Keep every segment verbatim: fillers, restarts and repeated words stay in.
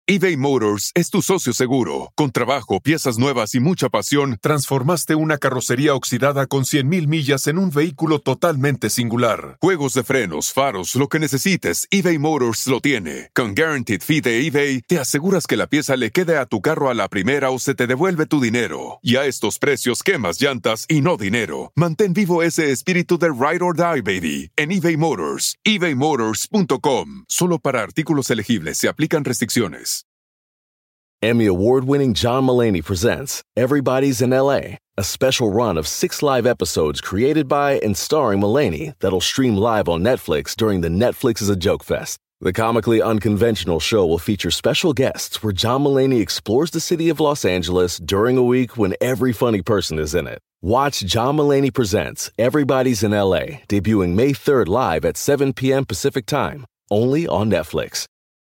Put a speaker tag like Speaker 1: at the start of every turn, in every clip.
Speaker 1: eBay Motors es tu socio seguro. Con trabajo, piezas nuevas y mucha pasión, transformaste una carrocería oxidada con cien mil millas en un vehículo totalmente singular. Juegos de frenos, faros, lo que necesites, eBay Motors lo tiene. Con Guaranteed Fee de eBay, te aseguras que la pieza le quede a tu carro a la primera o se te devuelve tu dinero. Y a estos precios, quemas llantas y no dinero. Mantén vivo ese espíritu de Ride or Die, baby, en eBay Motors. ebay motors punto com. Solo para artículos elegibles se aplican restricciones.
Speaker 2: Emmy award-winning John Mulaney presents Everybody's in L A, a special run of six live episodes created by and starring Mulaney that'll stream live on Netflix during the Netflix is a Joke Fest. The comically unconventional show will feature special guests where John Mulaney explores the city of Los Angeles during a week when every funny person is in it. Watch John Mulaney Presents Everybody's in L A, debuting May third live at seven p.m. Pacific Time, only on Netflix.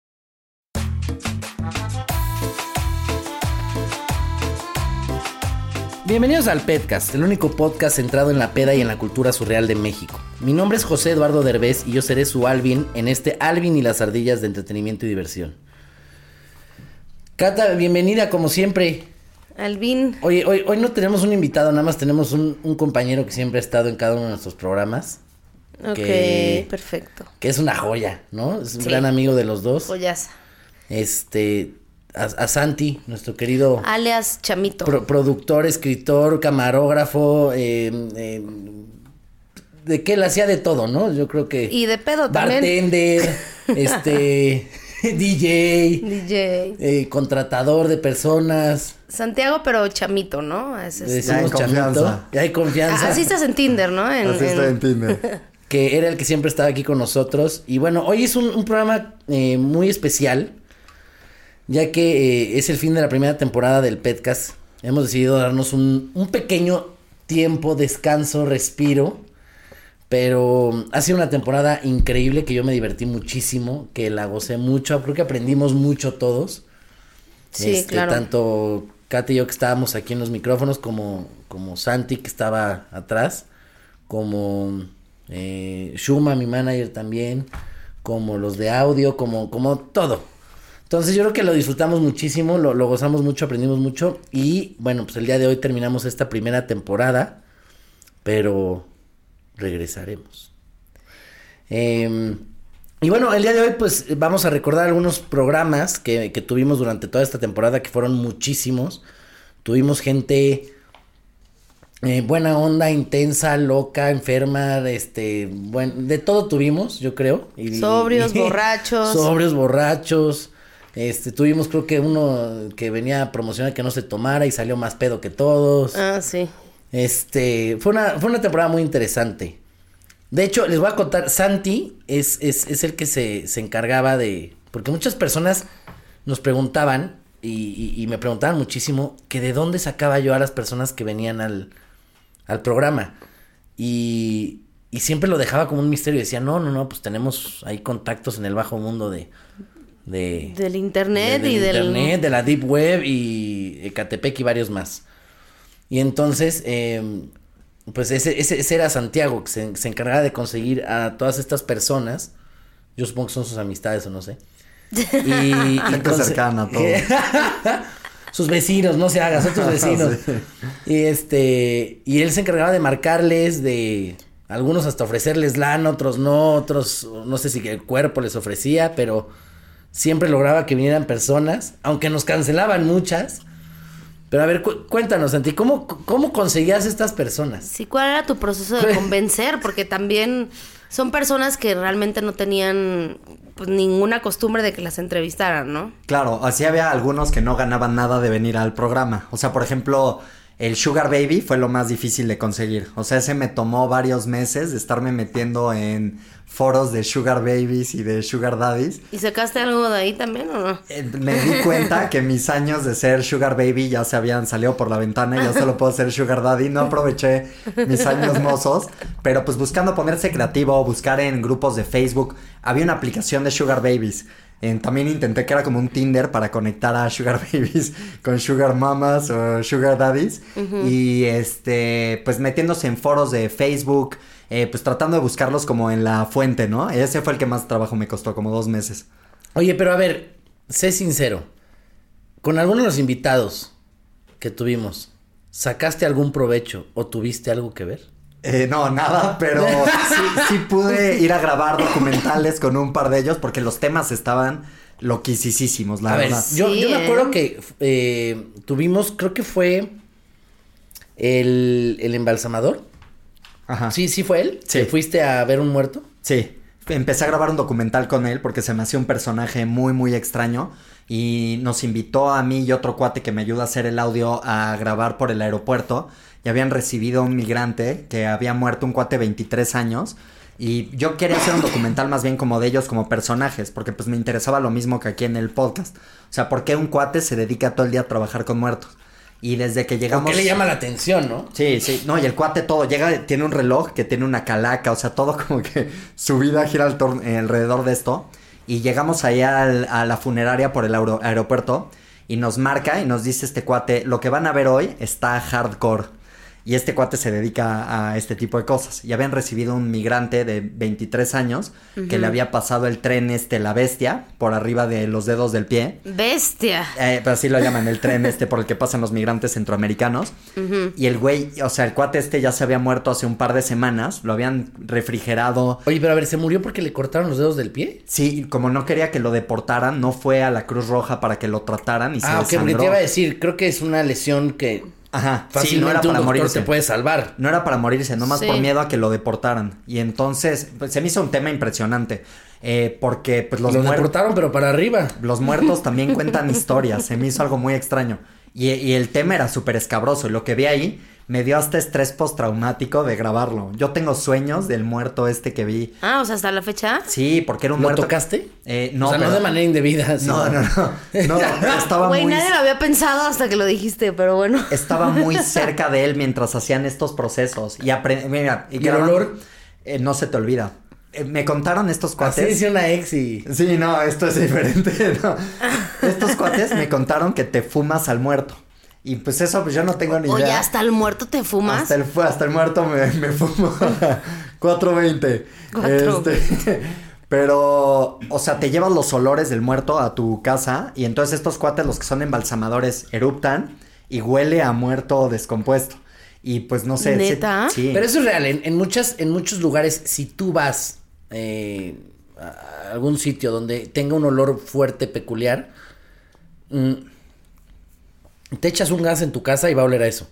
Speaker 3: Bienvenidos al Pedcast, el único podcast centrado en la peda y en la cultura surreal de México. Mi nombre es José Eduardo Derbez y yo seré su Alvin en este Alvin y las ardillas de entretenimiento y diversión. Cata, bienvenida como siempre.
Speaker 4: Alvin.
Speaker 3: Oye, hoy, hoy no tenemos un invitado, nada más tenemos un, un compañero que siempre ha estado en cada uno de nuestros programas.
Speaker 4: Ok,
Speaker 3: que,
Speaker 4: perfecto.
Speaker 3: Que es una joya, ¿no? Es un
Speaker 4: Sí.
Speaker 3: gran amigo de los dos.
Speaker 4: Joyaza.
Speaker 3: Este... A, a Santi, nuestro querido
Speaker 4: Alias Chamito.
Speaker 3: pro, productor, escritor, camarógrafo, eh, eh, de que él hacía de todo, ¿no? Yo creo que
Speaker 4: Y de pedo también.
Speaker 3: bartender, este, D J,
Speaker 4: D J.
Speaker 3: eh, contratador de personas.
Speaker 4: Santiago, pero Chamito, ¿no? Ese
Speaker 3: Le
Speaker 4: es-
Speaker 3: decimos
Speaker 5: Ya hay
Speaker 3: chamito,
Speaker 5: confianza.
Speaker 3: ya hay confianza.
Speaker 4: Ah, así estás en Tinder, ¿no? En,
Speaker 5: Así
Speaker 4: en-
Speaker 5: estoy en Tinder.
Speaker 3: Que era el que siempre estaba aquí con nosotros. Y bueno, hoy es un, un programa eh, muy especial, ya que eh, es el fin de la primera temporada del Pedcast. Hemos decidido darnos un, un pequeño tiempo, descanso, respiro. Pero ha sido una temporada increíble, que yo me divertí muchísimo, que la gocé mucho. Creo que aprendimos mucho todos.
Speaker 4: Sí,
Speaker 3: Este,
Speaker 4: claro.
Speaker 3: Tanto Kat y yo que estábamos aquí en los micrófonos, como, como Santi que estaba atrás, como eh, Shuma, mi manager también, como los de audio, como, como todo. Entonces yo creo que lo disfrutamos muchísimo, lo, lo gozamos mucho, aprendimos mucho. Y bueno, pues el día de hoy terminamos esta primera temporada, pero regresaremos. Eh, y bueno, el día de hoy pues vamos a recordar algunos programas que, que tuvimos durante toda esta temporada, que fueron muchísimos. Tuvimos gente eh, buena onda, intensa, loca, enferma, este, bueno, de todo tuvimos, yo creo. Y,
Speaker 4: Sobrios,
Speaker 3: y-
Speaker 4: borrachos.
Speaker 3: Sobrios, borrachos. Este, tuvimos creo que uno que venía a promocionar que no se tomara y salió más pedo que todos.
Speaker 4: Ah, sí.
Speaker 3: Este, fue una, fue una temporada muy interesante. De hecho, les voy a contar, Santi es, es, es el que se, se encargaba de... Porque muchas personas nos preguntaban, y, y, y me preguntaban muchísimo, que de dónde sacaba yo a las personas que venían al, al programa. Y, y siempre lo dejaba como un misterio. Decía, no, no, no, pues tenemos ahí contactos en el bajo mundo de... de
Speaker 4: Del internet
Speaker 3: de- del
Speaker 4: y del...
Speaker 3: internet, de la deep web y Ecatepec y varios más. Y entonces, eh, pues ese, ese, ese era Santiago, que se, se encargaba de conseguir a todas estas personas. Yo supongo que son sus amistades o no sé. Y, y
Speaker 5: Gente
Speaker 3: conse-
Speaker 5: cercana, todo.
Speaker 3: sus vecinos, no se haga, son tus vecinos.
Speaker 5: Sí.
Speaker 3: Y este, y él se encargaba de marcarles, de algunos hasta ofrecerles lana, otros no, otros no sé si el cuerpo les ofrecía, pero siempre lograba que vinieran personas, aunque nos cancelaban muchas. Pero a ver, cu- cuéntanos, Santi, ¿cómo, ¿cómo conseguías estas personas?
Speaker 4: Sí, ¿cuál era tu proceso de convencer? Porque también son personas que realmente no tenían pues ninguna costumbre de que las entrevistaran, ¿no?
Speaker 5: Claro, así había algunos que no ganaban nada de venir al programa. O sea, por ejemplo, el Sugar Baby fue lo más difícil de conseguir. O sea, ese me tomó varios meses de estarme metiendo en foros de Sugar Babies y de Sugar Daddies.
Speaker 4: ¿Y sacaste algo de ahí también o no?
Speaker 5: Eh, me di cuenta que mis años de ser Sugar Baby ya se habían salido por la ventana y ya solo puedo ser Sugar Daddy. No aproveché mis años mozos, pero pues buscando ponerse creativo, buscar en grupos de Facebook. Había una aplicación de Sugar Babies. Eh, también intenté que era como un Tinder para conectar a Sugar Babies con Sugar Mamas o Sugar Daddies. Uh-huh. Y este, pues metiéndose en foros de Facebook, eh, pues tratando de buscarlos como en la fuente, ¿no? Ese fue el que más trabajo me costó, como dos meses.
Speaker 3: Oye, pero a ver, sé sincero. Con alguno de los invitados que tuvimos, ¿sacaste algún provecho o tuviste algo que ver?
Speaker 5: Eh, no, nada, pero sí, sí pude ir a grabar documentales con un par de ellos porque los temas estaban loquisísimos, la
Speaker 3: a
Speaker 5: verdad.
Speaker 3: ver, yo,
Speaker 4: Sí,
Speaker 3: yo me
Speaker 4: ¿eh?
Speaker 3: acuerdo que eh, tuvimos, creo que fue el, el embalsamador.
Speaker 5: Ajá.
Speaker 3: Sí, sí fue él.
Speaker 5: Sí.
Speaker 3: ¿Que fuiste a ver un muerto?
Speaker 5: Sí, empecé a grabar un documental con él porque se me hacía un personaje muy, muy extraño y nos invitó a mí y otro cuate que me ayuda a hacer el audio a grabar por el aeropuerto y habían recibido a un migrante que había muerto, un cuate de veintitrés años y yo quería hacer un documental más bien como de ellos como personajes porque pues me interesaba lo mismo que aquí en el podcast. O sea, ¿por qué un cuate se dedica todo el día a trabajar con muertos? Y desde que llegamos...
Speaker 3: ¿Por qué le llama la atención, no?
Speaker 5: Sí, sí, no, y el cuate todo, llega, tiene un reloj que tiene una calaca, o sea, todo como que su vida gira al tor- eh, alrededor de esto. Y llegamos ahí al, a la funeraria por el aer- aeropuerto y nos marca y nos dice este cuate, lo que van a ver hoy está hardcore. Y este cuate se dedica a este tipo de cosas. Y habían recibido un migrante de veintitrés años uh-huh. que le había pasado el tren este, la bestia, por arriba de los dedos del pie.
Speaker 4: Bestia.
Speaker 5: Eh, pero así lo llaman, el tren este por el que pasan los migrantes centroamericanos. Uh-huh. Y el güey, o sea, el cuate este ya se había muerto hace un par de semanas. Lo habían refrigerado.
Speaker 3: Oye, pero a ver, ¿se murió porque le cortaron los dedos del pie?
Speaker 5: Sí, como no quería que lo deportaran, no fue a la Cruz Roja para que lo trataran y se
Speaker 3: Ah, ok,
Speaker 5: desangró.
Speaker 3: porque te iba a decir, creo que es una lesión que...
Speaker 5: Ajá,
Speaker 3: fácilmente
Speaker 5: sí, no era para
Speaker 3: un doctor
Speaker 5: morirse.
Speaker 3: te puede salvar.
Speaker 5: No era para morirse, nomás
Speaker 4: Sí.
Speaker 5: por miedo a que lo deportaran. Y entonces, pues, se me hizo un tema impresionante. Eh, porque, pues, los
Speaker 3: Lo
Speaker 5: muertos...
Speaker 3: deportaron, pero para arriba.
Speaker 5: Los muertos también cuentan historias. Se me hizo algo muy extraño. Y, y el tema era súper escabroso. Y lo que vi ahí me dio hasta estrés postraumático de grabarlo. Yo tengo sueños del muerto este que vi.
Speaker 4: Ah, o sea, hasta la fecha.
Speaker 5: Sí, porque era un
Speaker 3: ¿Lo
Speaker 5: muerto.
Speaker 3: tocaste?
Speaker 5: Eh, no,
Speaker 3: o sea,
Speaker 5: pero...
Speaker 3: no de manera indebida.
Speaker 5: No, no, no. No, estaba
Speaker 4: Güey,
Speaker 5: muy...
Speaker 4: nadie lo había pensado hasta que lo dijiste, pero bueno.
Speaker 5: Estaba muy cerca de él mientras hacían estos procesos. Y aprendí... Mira, y
Speaker 3: ¿Y el
Speaker 5: graban-
Speaker 3: olor?
Speaker 5: Eh, no se te olvida. Eh, me contaron estos cuates...
Speaker 3: Así dice una ex y...
Speaker 5: Sí, no, esto es diferente. No. Estos cuates me contaron que te fumas al muerto. Y pues eso, pues yo no tengo ni
Speaker 4: Oye,
Speaker 5: idea.
Speaker 4: hasta el muerto te fumas.
Speaker 5: Hasta el, hasta el muerto me, me fumo. cuatro veinte.
Speaker 4: cuatro
Speaker 5: Este, pero, o sea, te llevas los olores del muerto a tu casa. Y entonces estos cuates, los que son embalsamadores, eruptan y huele a muerto descompuesto. Y pues no sé.
Speaker 4: ¿Neta?
Speaker 5: Sí.
Speaker 3: Pero eso es real. En, en, muchas, en muchos lugares, si tú vas eh, a algún sitio donde tenga un olor fuerte, peculiar... Mmm, te echas un gas en tu casa y va a oler a eso.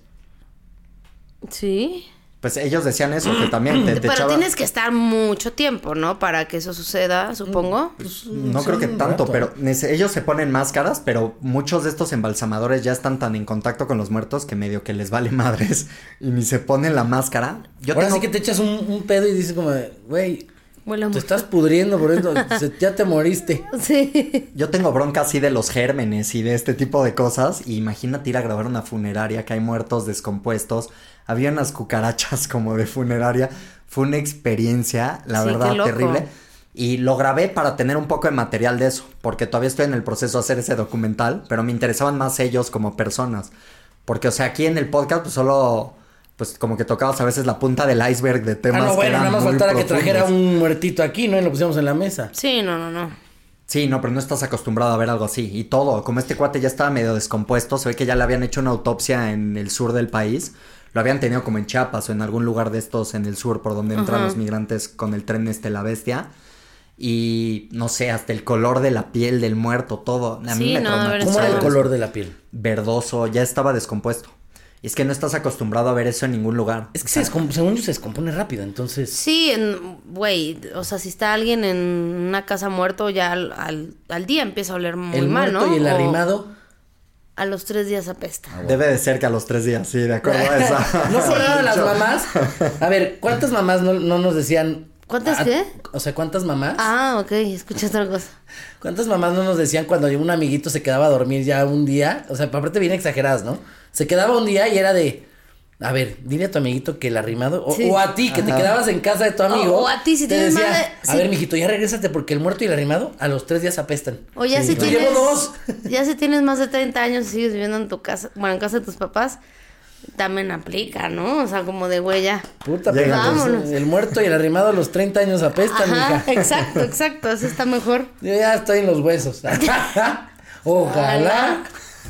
Speaker 4: Sí.
Speaker 5: Pues ellos decían eso, que también te, te
Speaker 4: Pero
Speaker 5: echaba...
Speaker 4: tienes que estar mucho tiempo, ¿no? Para que eso suceda, supongo.
Speaker 3: Pues,
Speaker 5: No
Speaker 3: sí,
Speaker 5: creo que
Speaker 3: un
Speaker 5: tanto,
Speaker 3: rato.
Speaker 5: pero nece- ellos se ponen máscaras, pero muchos de estos embalsamadores ya están tan en contacto con los muertos que medio que les vale madres y ni se ponen la máscara. Yo
Speaker 3: Ahora
Speaker 5: tengo...
Speaker 3: sí que te echas un, un pedo y dices como, güey,
Speaker 4: Huele a
Speaker 3: te
Speaker 4: muerto.
Speaker 3: estás pudriendo por esto, se- ya te moriste.
Speaker 4: Sí.
Speaker 5: Yo tengo bronca así de los gérmenes y de este tipo de cosas. Y imagínate ir a grabar una funeraria que hay muertos descompuestos. Había unas cucarachas como de funeraria. Fue una experiencia, la
Speaker 4: Sí,
Speaker 5: verdad,
Speaker 4: qué loco.
Speaker 5: terrible. Y lo grabé para tener un poco de material de eso. Porque todavía estoy en el proceso de hacer ese documental. Pero me interesaban más ellos como personas. Porque, o sea, aquí en el podcast pues solo... Pues como que tocabas a veces la punta del iceberg de
Speaker 3: Ah,
Speaker 5: temas
Speaker 3: no,
Speaker 5: que
Speaker 3: bueno,
Speaker 5: eran
Speaker 3: nada más
Speaker 5: muy
Speaker 3: faltara que
Speaker 5: profundos.
Speaker 3: trajera un muertito aquí, ¿no? Y lo pusiéramos en la mesa.
Speaker 4: Sí, no, no, no.
Speaker 5: Sí, no, pero no estás acostumbrado a ver algo así. Y todo, como este cuate ya estaba medio descompuesto, se ve que ya le habían hecho una autopsia en el sur del país. Lo habían tenido como en Chiapas o en algún lugar de estos en el sur por donde entran
Speaker 4: Ajá.
Speaker 5: los migrantes con el tren este La Bestia. Y no sé, hasta el color de la piel del muerto, todo. A mí
Speaker 4: Sí,
Speaker 5: me
Speaker 4: no,
Speaker 5: traumatizó.
Speaker 4: debe
Speaker 3: ¿Cómo era el
Speaker 4: Sabes.
Speaker 3: color de la piel?
Speaker 5: Verdoso, ya estaba descompuesto. Y es que no estás acostumbrado a ver eso en ningún lugar.
Speaker 3: Es que se descom- según yo se descompone rápido, entonces...
Speaker 4: Sí, en- güey, o sea, si está alguien en una casa muerto, ya al, al, al día empieza a oler muy
Speaker 3: el
Speaker 4: mal,
Speaker 3: muerto
Speaker 4: ¿no?
Speaker 3: y el
Speaker 4: O
Speaker 3: arrimado...
Speaker 4: a los tres días apesta.
Speaker 5: Debe de ser que a los tres días, sí, de acuerdo a esa.
Speaker 3: ¿No se acuerdan de las
Speaker 5: Yo-
Speaker 3: mamás? A ver, ¿cuántas mamás no, no nos decían...
Speaker 4: ¿Cuántas
Speaker 3: ah,
Speaker 4: qué?
Speaker 3: O sea, ¿cuántas mamás?
Speaker 4: Ah, ok, escuché otra cosa.
Speaker 3: ¿Cuántas mamás no nos decían cuando un amiguito se quedaba a dormir ya un día? O sea, aparte bien exageradas, ¿no? Se quedaba un día y era de... A ver, dile a tu amiguito que el arrimado... O,
Speaker 4: Sí.
Speaker 3: o a ti, que te
Speaker 5: Ajá.
Speaker 3: quedabas en casa de tu amigo.
Speaker 4: O- o a ti, si
Speaker 3: te
Speaker 4: tienes
Speaker 3: decía,
Speaker 4: más de-
Speaker 3: A
Speaker 4: sí.
Speaker 3: ver, mijito, ya regrésate porque el muerto y el arrimado a los tres días apestan.
Speaker 4: O ya
Speaker 5: Sí,
Speaker 4: si
Speaker 5: no.
Speaker 4: tienes...
Speaker 3: Llevo dos.
Speaker 4: Ya si tienes más de treinta años y sigues viviendo en tu casa, bueno, en casa de tus papás, También aplica, ¿no? O sea, como de huella.
Speaker 3: Puta, pero
Speaker 4: vámonos.
Speaker 3: El muerto y el arrimado a los treinta años apestan,
Speaker 4: Ajá,
Speaker 3: mija.
Speaker 4: exacto, exacto. Eso está mejor.
Speaker 3: Yo ya estoy en los huesos. Ojalá.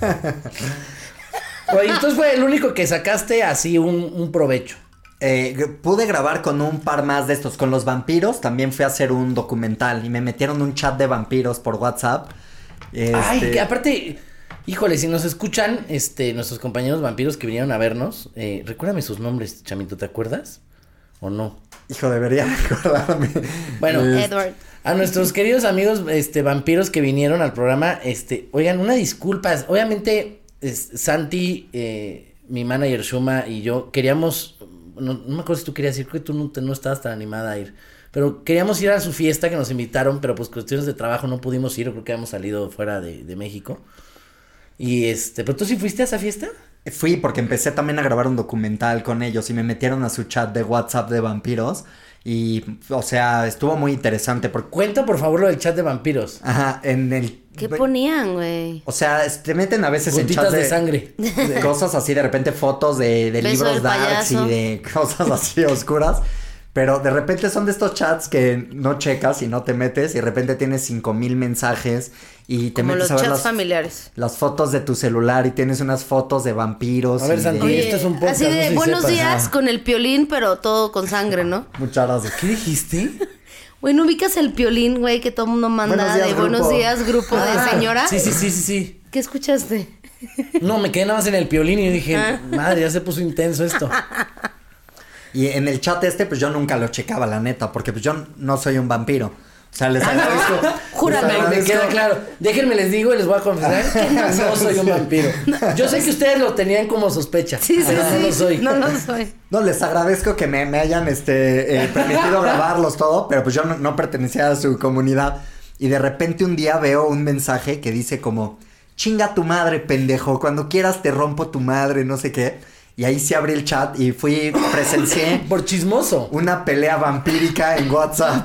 Speaker 3: Oye, entonces fue el único que sacaste así un, un provecho.
Speaker 5: Eh, pude grabar con un par más de estos. Con los vampiros también fui a hacer un documental y me metieron un chat de vampiros por WhatsApp. Este...
Speaker 3: Ay, que aparte, híjole, si nos escuchan, este, nuestros compañeros vampiros que vinieron a vernos, eh, recuérdame sus nombres, Chamito, ¿te acuerdas? ¿O no?
Speaker 5: Hijo, debería recordarme.
Speaker 3: Bueno,
Speaker 5: Eh,
Speaker 4: Edward.
Speaker 3: a nuestros queridos amigos, este, vampiros que vinieron al programa, este, oigan, una disculpa, obviamente, es, Santi, eh, mi manager Shuma y yo queríamos, no, no me acuerdo si tú querías ir, creo que tú no, te, no estabas tan animada a ir. Pero queríamos ir a su fiesta que nos invitaron, pero pues cuestiones de trabajo no pudimos ir, creo que habíamos salido fuera de, de México. Y este, ¿pero tú sí fuiste a esa fiesta?
Speaker 5: Fui porque empecé también a grabar un documental con ellos y me metieron a su chat de WhatsApp de vampiros. Y, o sea, estuvo muy interesante porque...
Speaker 3: Cuenta por favor lo del chat de vampiros.
Speaker 5: Ajá, en el...
Speaker 4: ¿Qué ponían, güey?
Speaker 5: O sea, te meten a veces
Speaker 3: Puntitas
Speaker 5: en chats
Speaker 3: de,
Speaker 5: de
Speaker 3: sangre.
Speaker 5: de cosas así, de repente fotos de, de
Speaker 4: Beso
Speaker 5: libros
Speaker 4: del
Speaker 5: darks y
Speaker 4: payaso.
Speaker 5: de cosas así oscuras. Pero de repente son de estos chats que no checas y no te metes y de repente tienes cinco mil mensajes y te
Speaker 4: Como
Speaker 5: metes
Speaker 4: los
Speaker 5: a ver
Speaker 4: chats
Speaker 5: las,
Speaker 4: familiares.
Speaker 5: las fotos de tu celular y tienes unas fotos de vampiros.
Speaker 3: A ver,
Speaker 5: y
Speaker 3: Santi,
Speaker 5: de-
Speaker 3: Oye, esto es un podcast,
Speaker 4: así
Speaker 3: no sé
Speaker 4: de
Speaker 3: si
Speaker 4: buenos
Speaker 3: sepas.
Speaker 4: días
Speaker 3: Ajá.
Speaker 4: con el piolín, pero todo con sangre, ¿no?
Speaker 5: Muchas gracias.
Speaker 3: ¿Qué dijiste?
Speaker 4: Güey, ¿no ubicas el piolín, güey, que todo el mundo manda
Speaker 5: Buenos días,
Speaker 4: de
Speaker 5: grupo.
Speaker 4: buenos días, grupo de señora?
Speaker 3: Sí, sí, sí, sí, sí.
Speaker 4: ¿Qué escuchaste?
Speaker 3: No, me quedé nada más en el piolín y dije,
Speaker 4: Ah.
Speaker 3: madre, ya se puso intenso esto.
Speaker 5: Y en el chat este, pues yo nunca lo checaba, la neta, porque pues yo no soy un vampiro. O sea, les agradezco.
Speaker 4: Júrame.
Speaker 5: les
Speaker 3: Me, me
Speaker 5: agradezco-
Speaker 3: queda claro. Déjenme les digo y les voy a confesar que no soy un vampiro. Yo sé que ustedes lo tenían como sospecha,
Speaker 4: Sí, sí,
Speaker 3: pero
Speaker 4: sí.
Speaker 3: no lo soy.
Speaker 4: No lo soy.
Speaker 5: No, les agradezco que me, me hayan este, eh, permitido grabarlos todo, pero pues yo no, no pertenecía a su comunidad. Y de repente un día veo un mensaje que dice como, chinga tu madre, pendejo, cuando quieras te rompo tu madre, no sé qué. Y ahí sí abrí el chat y fui, presencié
Speaker 3: Por chismoso.
Speaker 5: una pelea vampírica en WhatsApp.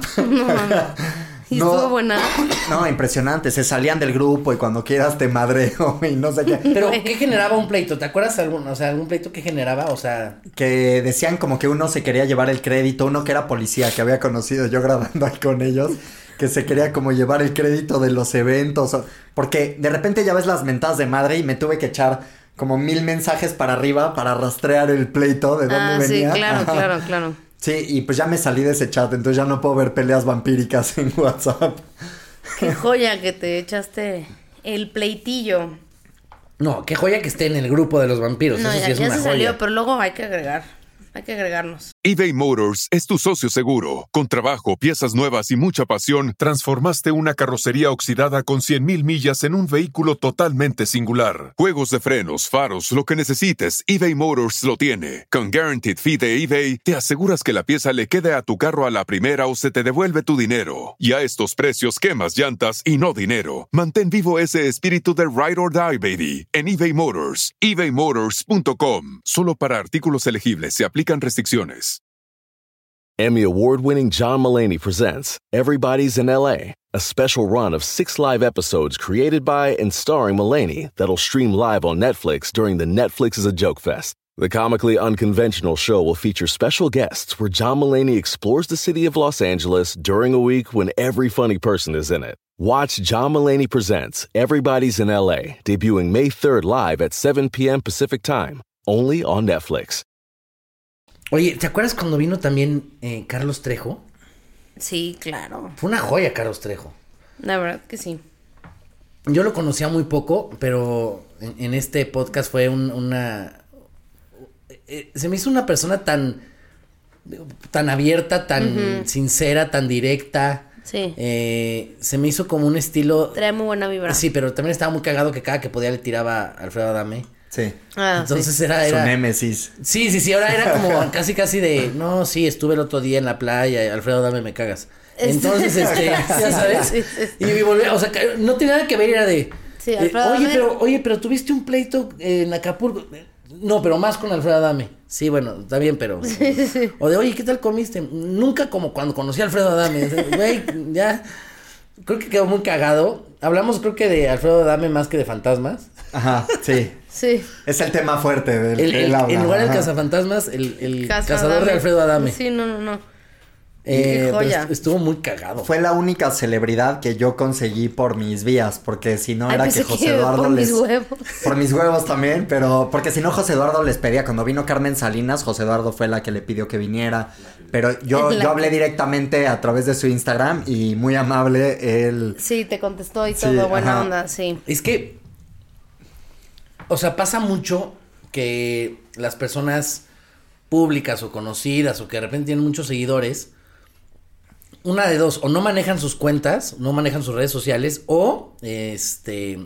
Speaker 4: ¿Y
Speaker 5: No.
Speaker 4: estuvo buena?
Speaker 5: No, impresionante, se salían del grupo y cuando quieras te madreo y no sé qué.
Speaker 3: Pero, ¿qué generaba un pleito? ¿Te acuerdas algún, o sea, algún pleito que generaba? O sea,
Speaker 5: Que decían como que uno se quería llevar el crédito, uno que era policía, que había conocido yo grabando ahí con ellos, que se quería como llevar el crédito de los eventos, o- porque de repente ya ves las mentadas de madre y me tuve que echar como mil mensajes para arriba para rastrear el pleito de dónde
Speaker 4: Ah, sí,
Speaker 5: venía.
Speaker 4: claro,
Speaker 5: Ajá.
Speaker 4: claro, claro.
Speaker 5: Sí, y pues ya me salí de ese chat, entonces ya no puedo ver peleas vampíricas en WhatsApp.
Speaker 4: Qué joya que te echaste el pleitillo.
Speaker 3: no, qué joya que esté en el grupo de los vampiros.
Speaker 4: No,
Speaker 3: Eso
Speaker 4: ya,
Speaker 3: sí es
Speaker 4: ya
Speaker 3: una
Speaker 4: se
Speaker 3: joya.
Speaker 4: salió, pero luego hay que agregar. Hay que agregarnos.
Speaker 1: eBay Motors es tu socio seguro. Con trabajo, piezas nuevas y mucha pasión, transformaste una carrocería oxidada con cien mil millas en un vehículo totalmente singular. Juegos de frenos, faros, lo que necesites, eBay Motors lo tiene. Con Guaranteed Fee de eBay, te aseguras que la pieza le quede a tu carro a la primera o se te devuelve tu dinero. Y a estos precios, quemas llantas y no dinero. Mantén vivo ese espíritu de Ride or Die, baby, en eBay Motors. ebay motors punto com. Solo para artículos elegibles se aplican restricciones.
Speaker 2: Emmy award-winning John Mulaney presents Everybody's in L A, a special run of six live episodes created by and starring Mulaney that'll stream live on Netflix during the Netflix is a Joke Fest. The comically unconventional show will feature special guests where John Mulaney explores the city of Los Angeles during a week when every funny person is in it. Watch John Mulaney Presents Everybody's in L A, debuting May third live at seven p.m. Pacific Time, only on Netflix.
Speaker 3: Oye, ¿te acuerdas cuando vino también eh, Carlos Trejo?
Speaker 4: Sí, claro.
Speaker 3: Fue una joya Carlos Trejo.
Speaker 4: La verdad que sí.
Speaker 3: Yo lo conocía muy poco, pero en, en este podcast fue un- una... eh, se me hizo una persona tan... tan abierta, tan sincera, tan directa.
Speaker 4: Sí.
Speaker 3: Eh, se me hizo como un estilo...
Speaker 4: Trae muy buena vibra.
Speaker 3: Sí, pero también estaba muy cagado que cada que podía le tiraba a Alfredo Adame.
Speaker 5: Sí,
Speaker 4: Ah,
Speaker 3: Entonces
Speaker 4: sí.
Speaker 3: era...
Speaker 5: su
Speaker 3: era...
Speaker 5: némesis.
Speaker 3: Sí, sí, sí, ahora era como casi casi de, no, sí, estuve el otro día en la playa, Alfredo, dame, me cagas. Entonces, este, ya sabes,
Speaker 4: Sí, sí, sí.
Speaker 3: y me volví, o sea, que no tenía nada que ver, era de,
Speaker 4: Sí,
Speaker 3: eh,
Speaker 4: Alfredo
Speaker 3: oye,
Speaker 4: Adame.
Speaker 3: pero, oye, pero tuviste un pleito en Acapulco. No, pero más con Alfredo Adame. Sí, bueno, está bien, pero. O de, oye, ¿qué tal comiste? Nunca como cuando conocí a Alfredo Adame. O sea, güey, ya. Creo que quedó muy cagado. Hablamos, creo que de Alfredo Adame más que de fantasmas.
Speaker 5: Ajá, sí.
Speaker 4: Sí.
Speaker 5: Es el tema fuerte del
Speaker 3: El,
Speaker 5: que
Speaker 3: el,
Speaker 5: él habla.
Speaker 3: en lugar del
Speaker 5: Ajá.
Speaker 3: cazafantasmas, el, el
Speaker 4: Caso
Speaker 3: cazador
Speaker 4: Adame.
Speaker 3: de Alfredo Adame.
Speaker 4: Sí, no, no, no.
Speaker 3: Eh,
Speaker 4: Qué
Speaker 3: pero
Speaker 4: joya.
Speaker 3: est- estuvo muy cagado.
Speaker 5: Fue la única celebridad que yo conseguí por mis vías, porque si no
Speaker 4: Ay,
Speaker 5: era
Speaker 4: pensé
Speaker 5: que José
Speaker 4: que
Speaker 5: Eduardo
Speaker 4: por
Speaker 5: les...
Speaker 4: mis huevos.
Speaker 5: Por mis huevos también, pero porque si no José Eduardo les pedía, cuando vino Carmen Salinas, José Eduardo fue la que le pidió que viniera, pero yo,
Speaker 4: Es la
Speaker 5: yo hablé
Speaker 4: que-
Speaker 5: directamente a través de su Instagram y muy amable él...
Speaker 4: Sí, te contestó y
Speaker 5: Sí,
Speaker 4: todo, buena
Speaker 5: ajá.
Speaker 4: onda, sí.
Speaker 3: Es que, o sea, pasa mucho que las personas públicas o conocidas o que de repente tienen muchos seguidores, una de dos, o no manejan sus cuentas, no manejan sus redes sociales, o este,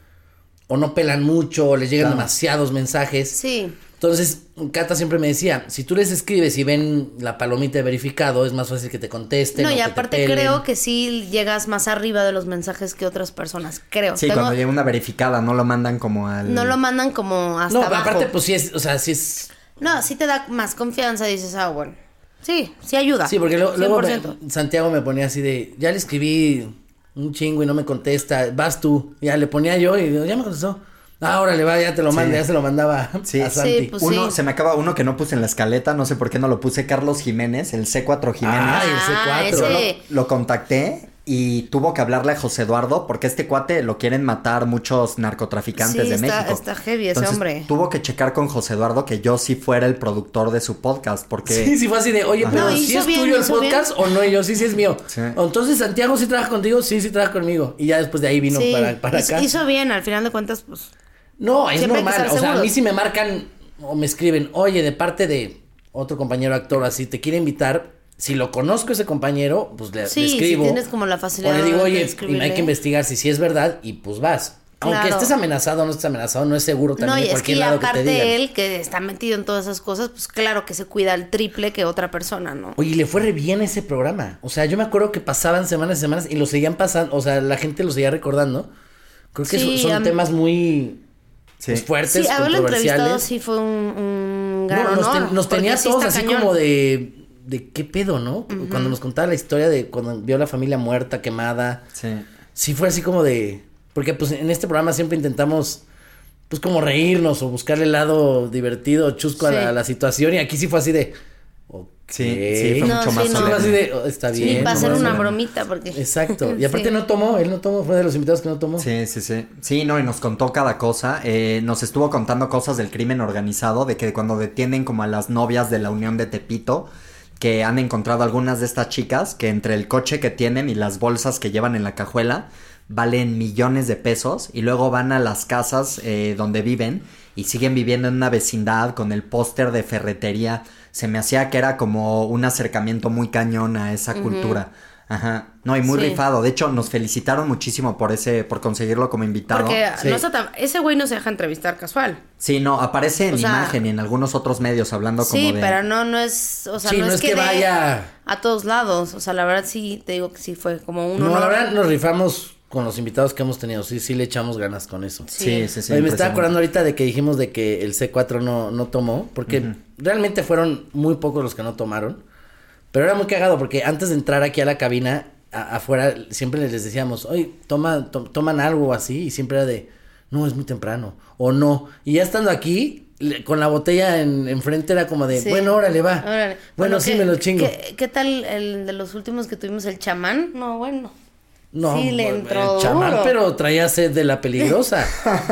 Speaker 3: o no pelan mucho, o les llegan
Speaker 5: Claro.
Speaker 3: demasiados mensajes.
Speaker 4: Sí.
Speaker 3: Entonces, Cata siempre me decía, si tú les escribes y ven la palomita de verificado, es más fácil que te contesten.
Speaker 4: No,
Speaker 3: o
Speaker 4: y
Speaker 3: que te
Speaker 4: aparte
Speaker 3: pelen.
Speaker 4: creo que sí llegas más arriba de los mensajes que otras personas, creo.
Speaker 5: Sí,
Speaker 4: Tengo-
Speaker 5: cuando llega una verificada no lo mandan como al...
Speaker 4: No lo mandan como hasta
Speaker 3: No,
Speaker 4: abajo.
Speaker 3: aparte, pues sí es, o sea, sí es...
Speaker 4: No, sí te da más confianza, dices, ah, bueno. Sí, sí ayuda.
Speaker 3: Sí, porque lo- luego
Speaker 4: cien por ciento.
Speaker 3: me- Santiago me ponía así de, ya le escribí un chingo y no me contesta, vas tú. Ya le ponía yo y digo, ya me contestó. Ah, órale, va, ya te lo mando,
Speaker 5: Sí.
Speaker 3: ya se lo mandaba
Speaker 5: Sí.
Speaker 3: a Santi.
Speaker 4: Sí, pues
Speaker 5: Uno,
Speaker 4: sí.
Speaker 5: se me acaba uno que no puse en la escaleta, no sé por qué no lo puse, Carlos Jiménez, el C cuatro Jiménez.
Speaker 3: Ay, el
Speaker 4: Ah,
Speaker 3: C cuatro.
Speaker 4: ese-
Speaker 5: Lo, lo contacté y tuvo que hablarle a José Eduardo porque este cuate lo quieren matar muchos narcotraficantes
Speaker 4: Sí,
Speaker 5: de
Speaker 4: está-
Speaker 5: México.
Speaker 4: está heavy ese
Speaker 5: Entonces,
Speaker 4: hombre.
Speaker 5: Tuvo que checar con José Eduardo que yo sí fuera el productor de su podcast porque...
Speaker 3: Sí, sí fue así de, oye, pero
Speaker 4: No,
Speaker 3: si
Speaker 4: hizo
Speaker 3: es
Speaker 4: bien,
Speaker 3: tuyo el
Speaker 4: hizo
Speaker 3: podcast o no, y yo, sí, sí es mío.
Speaker 5: Sí.
Speaker 3: Entonces, Santiago sí trabaja contigo, sí, sí trabaja conmigo. Y ya después de ahí vino
Speaker 4: Sí,
Speaker 3: para, para
Speaker 4: hizo,
Speaker 3: acá.
Speaker 4: hizo bien, al final de cuentas, pues.
Speaker 3: No, es
Speaker 4: Siempre hay que
Speaker 3: normal.
Speaker 4: estar
Speaker 3: O sea, a
Speaker 4: seguros.
Speaker 3: mí sí me marcan o me escriben, oye, de parte de otro compañero actor así, te quiere invitar. Si lo conozco ese compañero, pues le,
Speaker 4: Sí,
Speaker 3: le
Speaker 4: si
Speaker 3: escribo.
Speaker 4: tienes como la facilidad
Speaker 3: O le digo,
Speaker 4: de
Speaker 3: oye,
Speaker 4: escribirle.
Speaker 3: hay que investigar si sí es verdad y pues vas. Aunque
Speaker 4: Claro.
Speaker 3: estés amenazado o no estés amenazado, no es seguro también
Speaker 4: No, y
Speaker 3: de
Speaker 4: es
Speaker 3: cualquier
Speaker 4: que
Speaker 3: lado que te
Speaker 4: aparte
Speaker 3: digan.
Speaker 4: él, que está metido en todas esas cosas, pues claro que se cuida el triple que otra persona, ¿no?
Speaker 3: Oye, le fue re bien ese programa. O sea, yo me acuerdo que pasaban semanas y semanas y lo seguían pasando. O sea, la gente lo seguía recordando. Creo que
Speaker 4: Sí,
Speaker 3: son, son
Speaker 4: a mí-
Speaker 3: temas muy
Speaker 5: Sí.
Speaker 3: pues, fuertes,
Speaker 4: Sí, haberlo entrevistado
Speaker 3: controversiales.
Speaker 4: sí fue un, un gran
Speaker 3: No, nos,
Speaker 4: honor,
Speaker 3: ten- nos
Speaker 4: porque
Speaker 3: tenía
Speaker 4: sí
Speaker 3: todos
Speaker 4: está
Speaker 3: así
Speaker 4: cañón.
Speaker 3: como de... ¿De qué pedo, no? Cuando nos contaba la historia de cuando vio a la familia muerta, quemada.
Speaker 5: Sí.
Speaker 3: Sí fue así como de... Porque pues en este programa siempre intentamos... Pues como reírnos o buscarle el lado divertido, chusco a,
Speaker 4: Sí.
Speaker 3: la, a la situación. Y aquí sí fue así de... Ok.
Speaker 5: Sí, sí, fue
Speaker 4: No,
Speaker 5: mucho
Speaker 4: sí,
Speaker 5: más
Speaker 4: no.
Speaker 3: Sí, fue así
Speaker 5: solemne.
Speaker 3: de... oh, está
Speaker 4: Sí,
Speaker 3: bien.
Speaker 4: va a
Speaker 3: no
Speaker 4: ser
Speaker 3: me
Speaker 4: una
Speaker 3: suena.
Speaker 4: bromita porque...
Speaker 3: Exacto. Y aparte
Speaker 4: Sí.
Speaker 3: no tomó, él no tomó, fue de los invitados que no tomó.
Speaker 5: Sí, sí, sí. Sí, no, y nos contó cada cosa. Eh, nos estuvo contando cosas del crimen organizado, de que cuando detienen como a las novias de la Unión de Tepito, que han encontrado algunas de estas chicas que entre el coche que tienen y las bolsas que llevan en la cajuela valen millones de pesos y luego van a las casas eh, donde viven y siguen viviendo en una vecindad con el póster de ferretería. Se me hacía que era como un acercamiento muy cañón a esa cultura. Ajá. No, y muy
Speaker 4: Sí.
Speaker 5: rifado. De hecho, nos felicitaron muchísimo por ese, por conseguirlo como invitado.
Speaker 4: Porque
Speaker 3: Sí.
Speaker 4: no está tan... Ese güey no se deja entrevistar casual.
Speaker 5: Sí, no, aparece en
Speaker 4: O sea,
Speaker 5: imagen y en algunos otros medios hablando como
Speaker 4: Sí,
Speaker 5: de...
Speaker 4: pero no, no es... O sea,
Speaker 3: Sí,
Speaker 4: no, es que, dé
Speaker 3: vaya...
Speaker 4: a todos lados. O sea, la verdad sí, te digo que sí fue como un
Speaker 3: No,
Speaker 4: honor.
Speaker 3: la verdad nos rifamos con los invitados que hemos tenido. Sí, sí le echamos ganas con eso.
Speaker 5: Sí, sí, sí.
Speaker 3: Oye, me estaba
Speaker 5: impresionante.
Speaker 3: acordando ahorita de que dijimos de que el C cuatro no, no tomó, porque realmente fueron muy pocos los que no tomaron, pero era muy cagado porque antes de entrar aquí a la cabina, a- afuera, siempre les decíamos, oye, toma, to- toman algo así, y siempre era de, no, es muy temprano, o no, y ya estando aquí, le- con la botella en enfrente era como de,
Speaker 4: Sí.
Speaker 3: bueno, órale, va,
Speaker 4: Órale.
Speaker 3: bueno, sí
Speaker 4: ¿qué-
Speaker 3: me lo chingo.
Speaker 4: ¿qué, ¿Qué tal el de los últimos que tuvimos, el chamán? No, bueno.
Speaker 3: No,
Speaker 4: Sí, le
Speaker 3: el
Speaker 4: entró
Speaker 3: chamán,
Speaker 4: duro.
Speaker 3: pero traía sed de la peligrosa.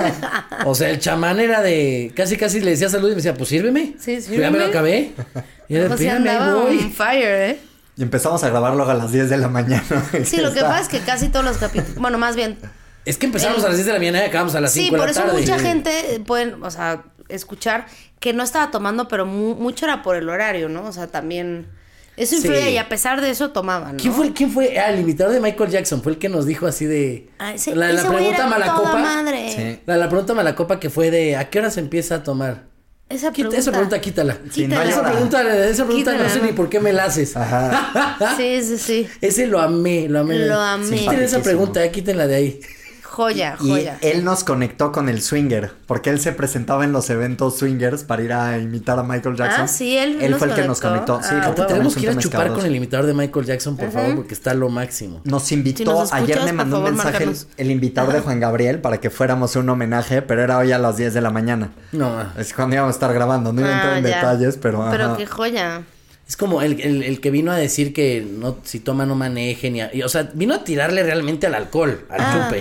Speaker 3: O sea, el chamán era de... Casi, casi le decía salud y me decía, pues sírveme.
Speaker 4: Sí,
Speaker 3: Pues ya me lo
Speaker 4: sírveme.
Speaker 3: acabé. Y era,
Speaker 4: O sea,
Speaker 3: espérame, ahí
Speaker 4: andaba
Speaker 3: voy.
Speaker 4: on fire, ¿eh?
Speaker 5: Y empezamos a grabarlo a las diez de la mañana.
Speaker 4: Sí, lo que
Speaker 5: Está-
Speaker 4: pasa es que casi todos los capítulos... Bueno, más bien...
Speaker 3: Es que empezamos a las diez de la mañana y acabamos a las
Speaker 4: Sí,
Speaker 3: cinco de
Speaker 4: por
Speaker 3: la
Speaker 4: eso
Speaker 3: tarde.
Speaker 4: mucha gente pueden, o sea, escuchar que no estaba tomando, pero mu- mucho era por el horario, ¿no? O sea, también... Eso influye
Speaker 3: Sí.
Speaker 4: y a pesar de eso tomaban, ¿no?
Speaker 3: ¿Quién fue, ¿Quién fue? Ah, el invitado de Michael Jackson. Fue el que nos dijo así de...
Speaker 4: Ah, ese-
Speaker 3: la, la
Speaker 4: ese güey
Speaker 3: pregunta
Speaker 4: era
Speaker 3: malacopa.
Speaker 4: toda madre.
Speaker 5: Sí.
Speaker 3: La, la pregunta malacopa que fue de... ¿A qué hora se empieza a tomar?
Speaker 4: Esa
Speaker 3: Quita-
Speaker 4: pregunta...
Speaker 3: esa pregunta quítala.
Speaker 5: Sí, no
Speaker 4: Quítala.
Speaker 5: hay
Speaker 3: Esa
Speaker 5: hora.
Speaker 3: pregunta, esa pregunta no
Speaker 4: Quítala,
Speaker 3: sé
Speaker 4: ¿no?
Speaker 3: ni por qué me la haces.
Speaker 5: Ajá.
Speaker 4: Sí, sí, sí.
Speaker 3: Ese lo amé, lo amé.
Speaker 4: Lo amé.
Speaker 3: Quiten esa
Speaker 5: Simpaticísimo.
Speaker 3: pregunta, eh, quítenla de ahí.
Speaker 4: Joya,
Speaker 5: y
Speaker 4: joya.
Speaker 5: él nos conectó con el swinger, porque él se presentaba en los eventos swingers para ir a imitar a Michael Jackson.
Speaker 4: Ah, sí, él
Speaker 5: Él
Speaker 4: nos
Speaker 5: fue el que nos
Speaker 4: conectó.
Speaker 5: conectó. Sí,
Speaker 4: Ah,
Speaker 5: creo que
Speaker 3: Tenemos
Speaker 5: tenemos
Speaker 3: que
Speaker 5: un
Speaker 3: ir a
Speaker 5: tema
Speaker 3: chupar
Speaker 5: escabroso.
Speaker 3: con el imitador de Michael Jackson, por favor, porque está lo máximo.
Speaker 5: Nos invitó,
Speaker 4: Si nos escuchas,
Speaker 5: ayer me
Speaker 4: por
Speaker 5: mandó
Speaker 4: favor,
Speaker 5: un mensaje el,
Speaker 4: márcanos.
Speaker 5: el invitador de Juan Gabriel para que fuéramos a un homenaje, pero era hoy a las diez de la mañana.
Speaker 3: No,
Speaker 5: Es cuando íbamos a estar grabando, no iba a entrar
Speaker 4: Ah,
Speaker 5: en
Speaker 4: ya.
Speaker 5: detalles, pero...
Speaker 4: Pero
Speaker 5: ajá.
Speaker 4: qué joya.
Speaker 3: es como el, el, el que vino a decir que no, si toma no manejen. Y, a- y, o sea, vino a tirarle realmente al alcohol, al
Speaker 4: Ah.
Speaker 3: chupe.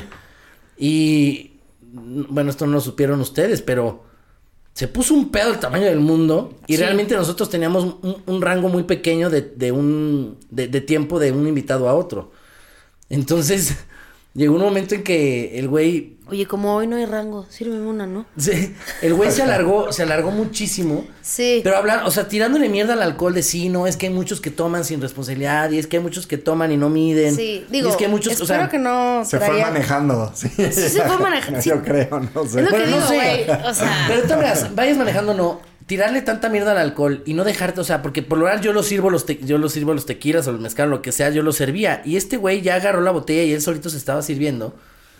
Speaker 3: Y bueno, esto no lo supieron ustedes, pero se puso un pedo del tamaño del mundo. Y
Speaker 4: Sí.
Speaker 3: realmente nosotros teníamos un, un rango muy pequeño de, de un de, de tiempo de un invitado a otro. Entonces, llegó un momento en que el güey
Speaker 4: Oye, como hoy no hay rango, sírveme una, ¿no?
Speaker 3: se- el güey se alargó, se alargó muchísimo.
Speaker 4: Sí.
Speaker 3: Pero hablar, o sea, tirándole mierda al alcohol de sí, no, es que hay muchos que toman sin responsabilidad, y es que hay muchos que toman y no miden.
Speaker 4: Sí,
Speaker 3: y
Speaker 4: digo,
Speaker 3: es que hay muchos,
Speaker 4: espero
Speaker 3: o sea,
Speaker 4: que no
Speaker 5: Se fue
Speaker 4: traía...
Speaker 5: manejando, sí.
Speaker 4: Sí, se fue manejando.
Speaker 5: Yo creo, no sé.
Speaker 4: Es lo que
Speaker 3: Bueno,
Speaker 4: digo,
Speaker 3: no sé.
Speaker 4: güey, o sea...
Speaker 3: Pero tú veas, vayas manejando, no, tirarle tanta mierda al alcohol y no dejarte, o sea, porque por lo general yo lo sirvo los te- yo lo sirvo los tequilas o los mezcal o lo que sea, yo lo servía. Y este güey ya agarró la botella y él solito se estaba sirviendo.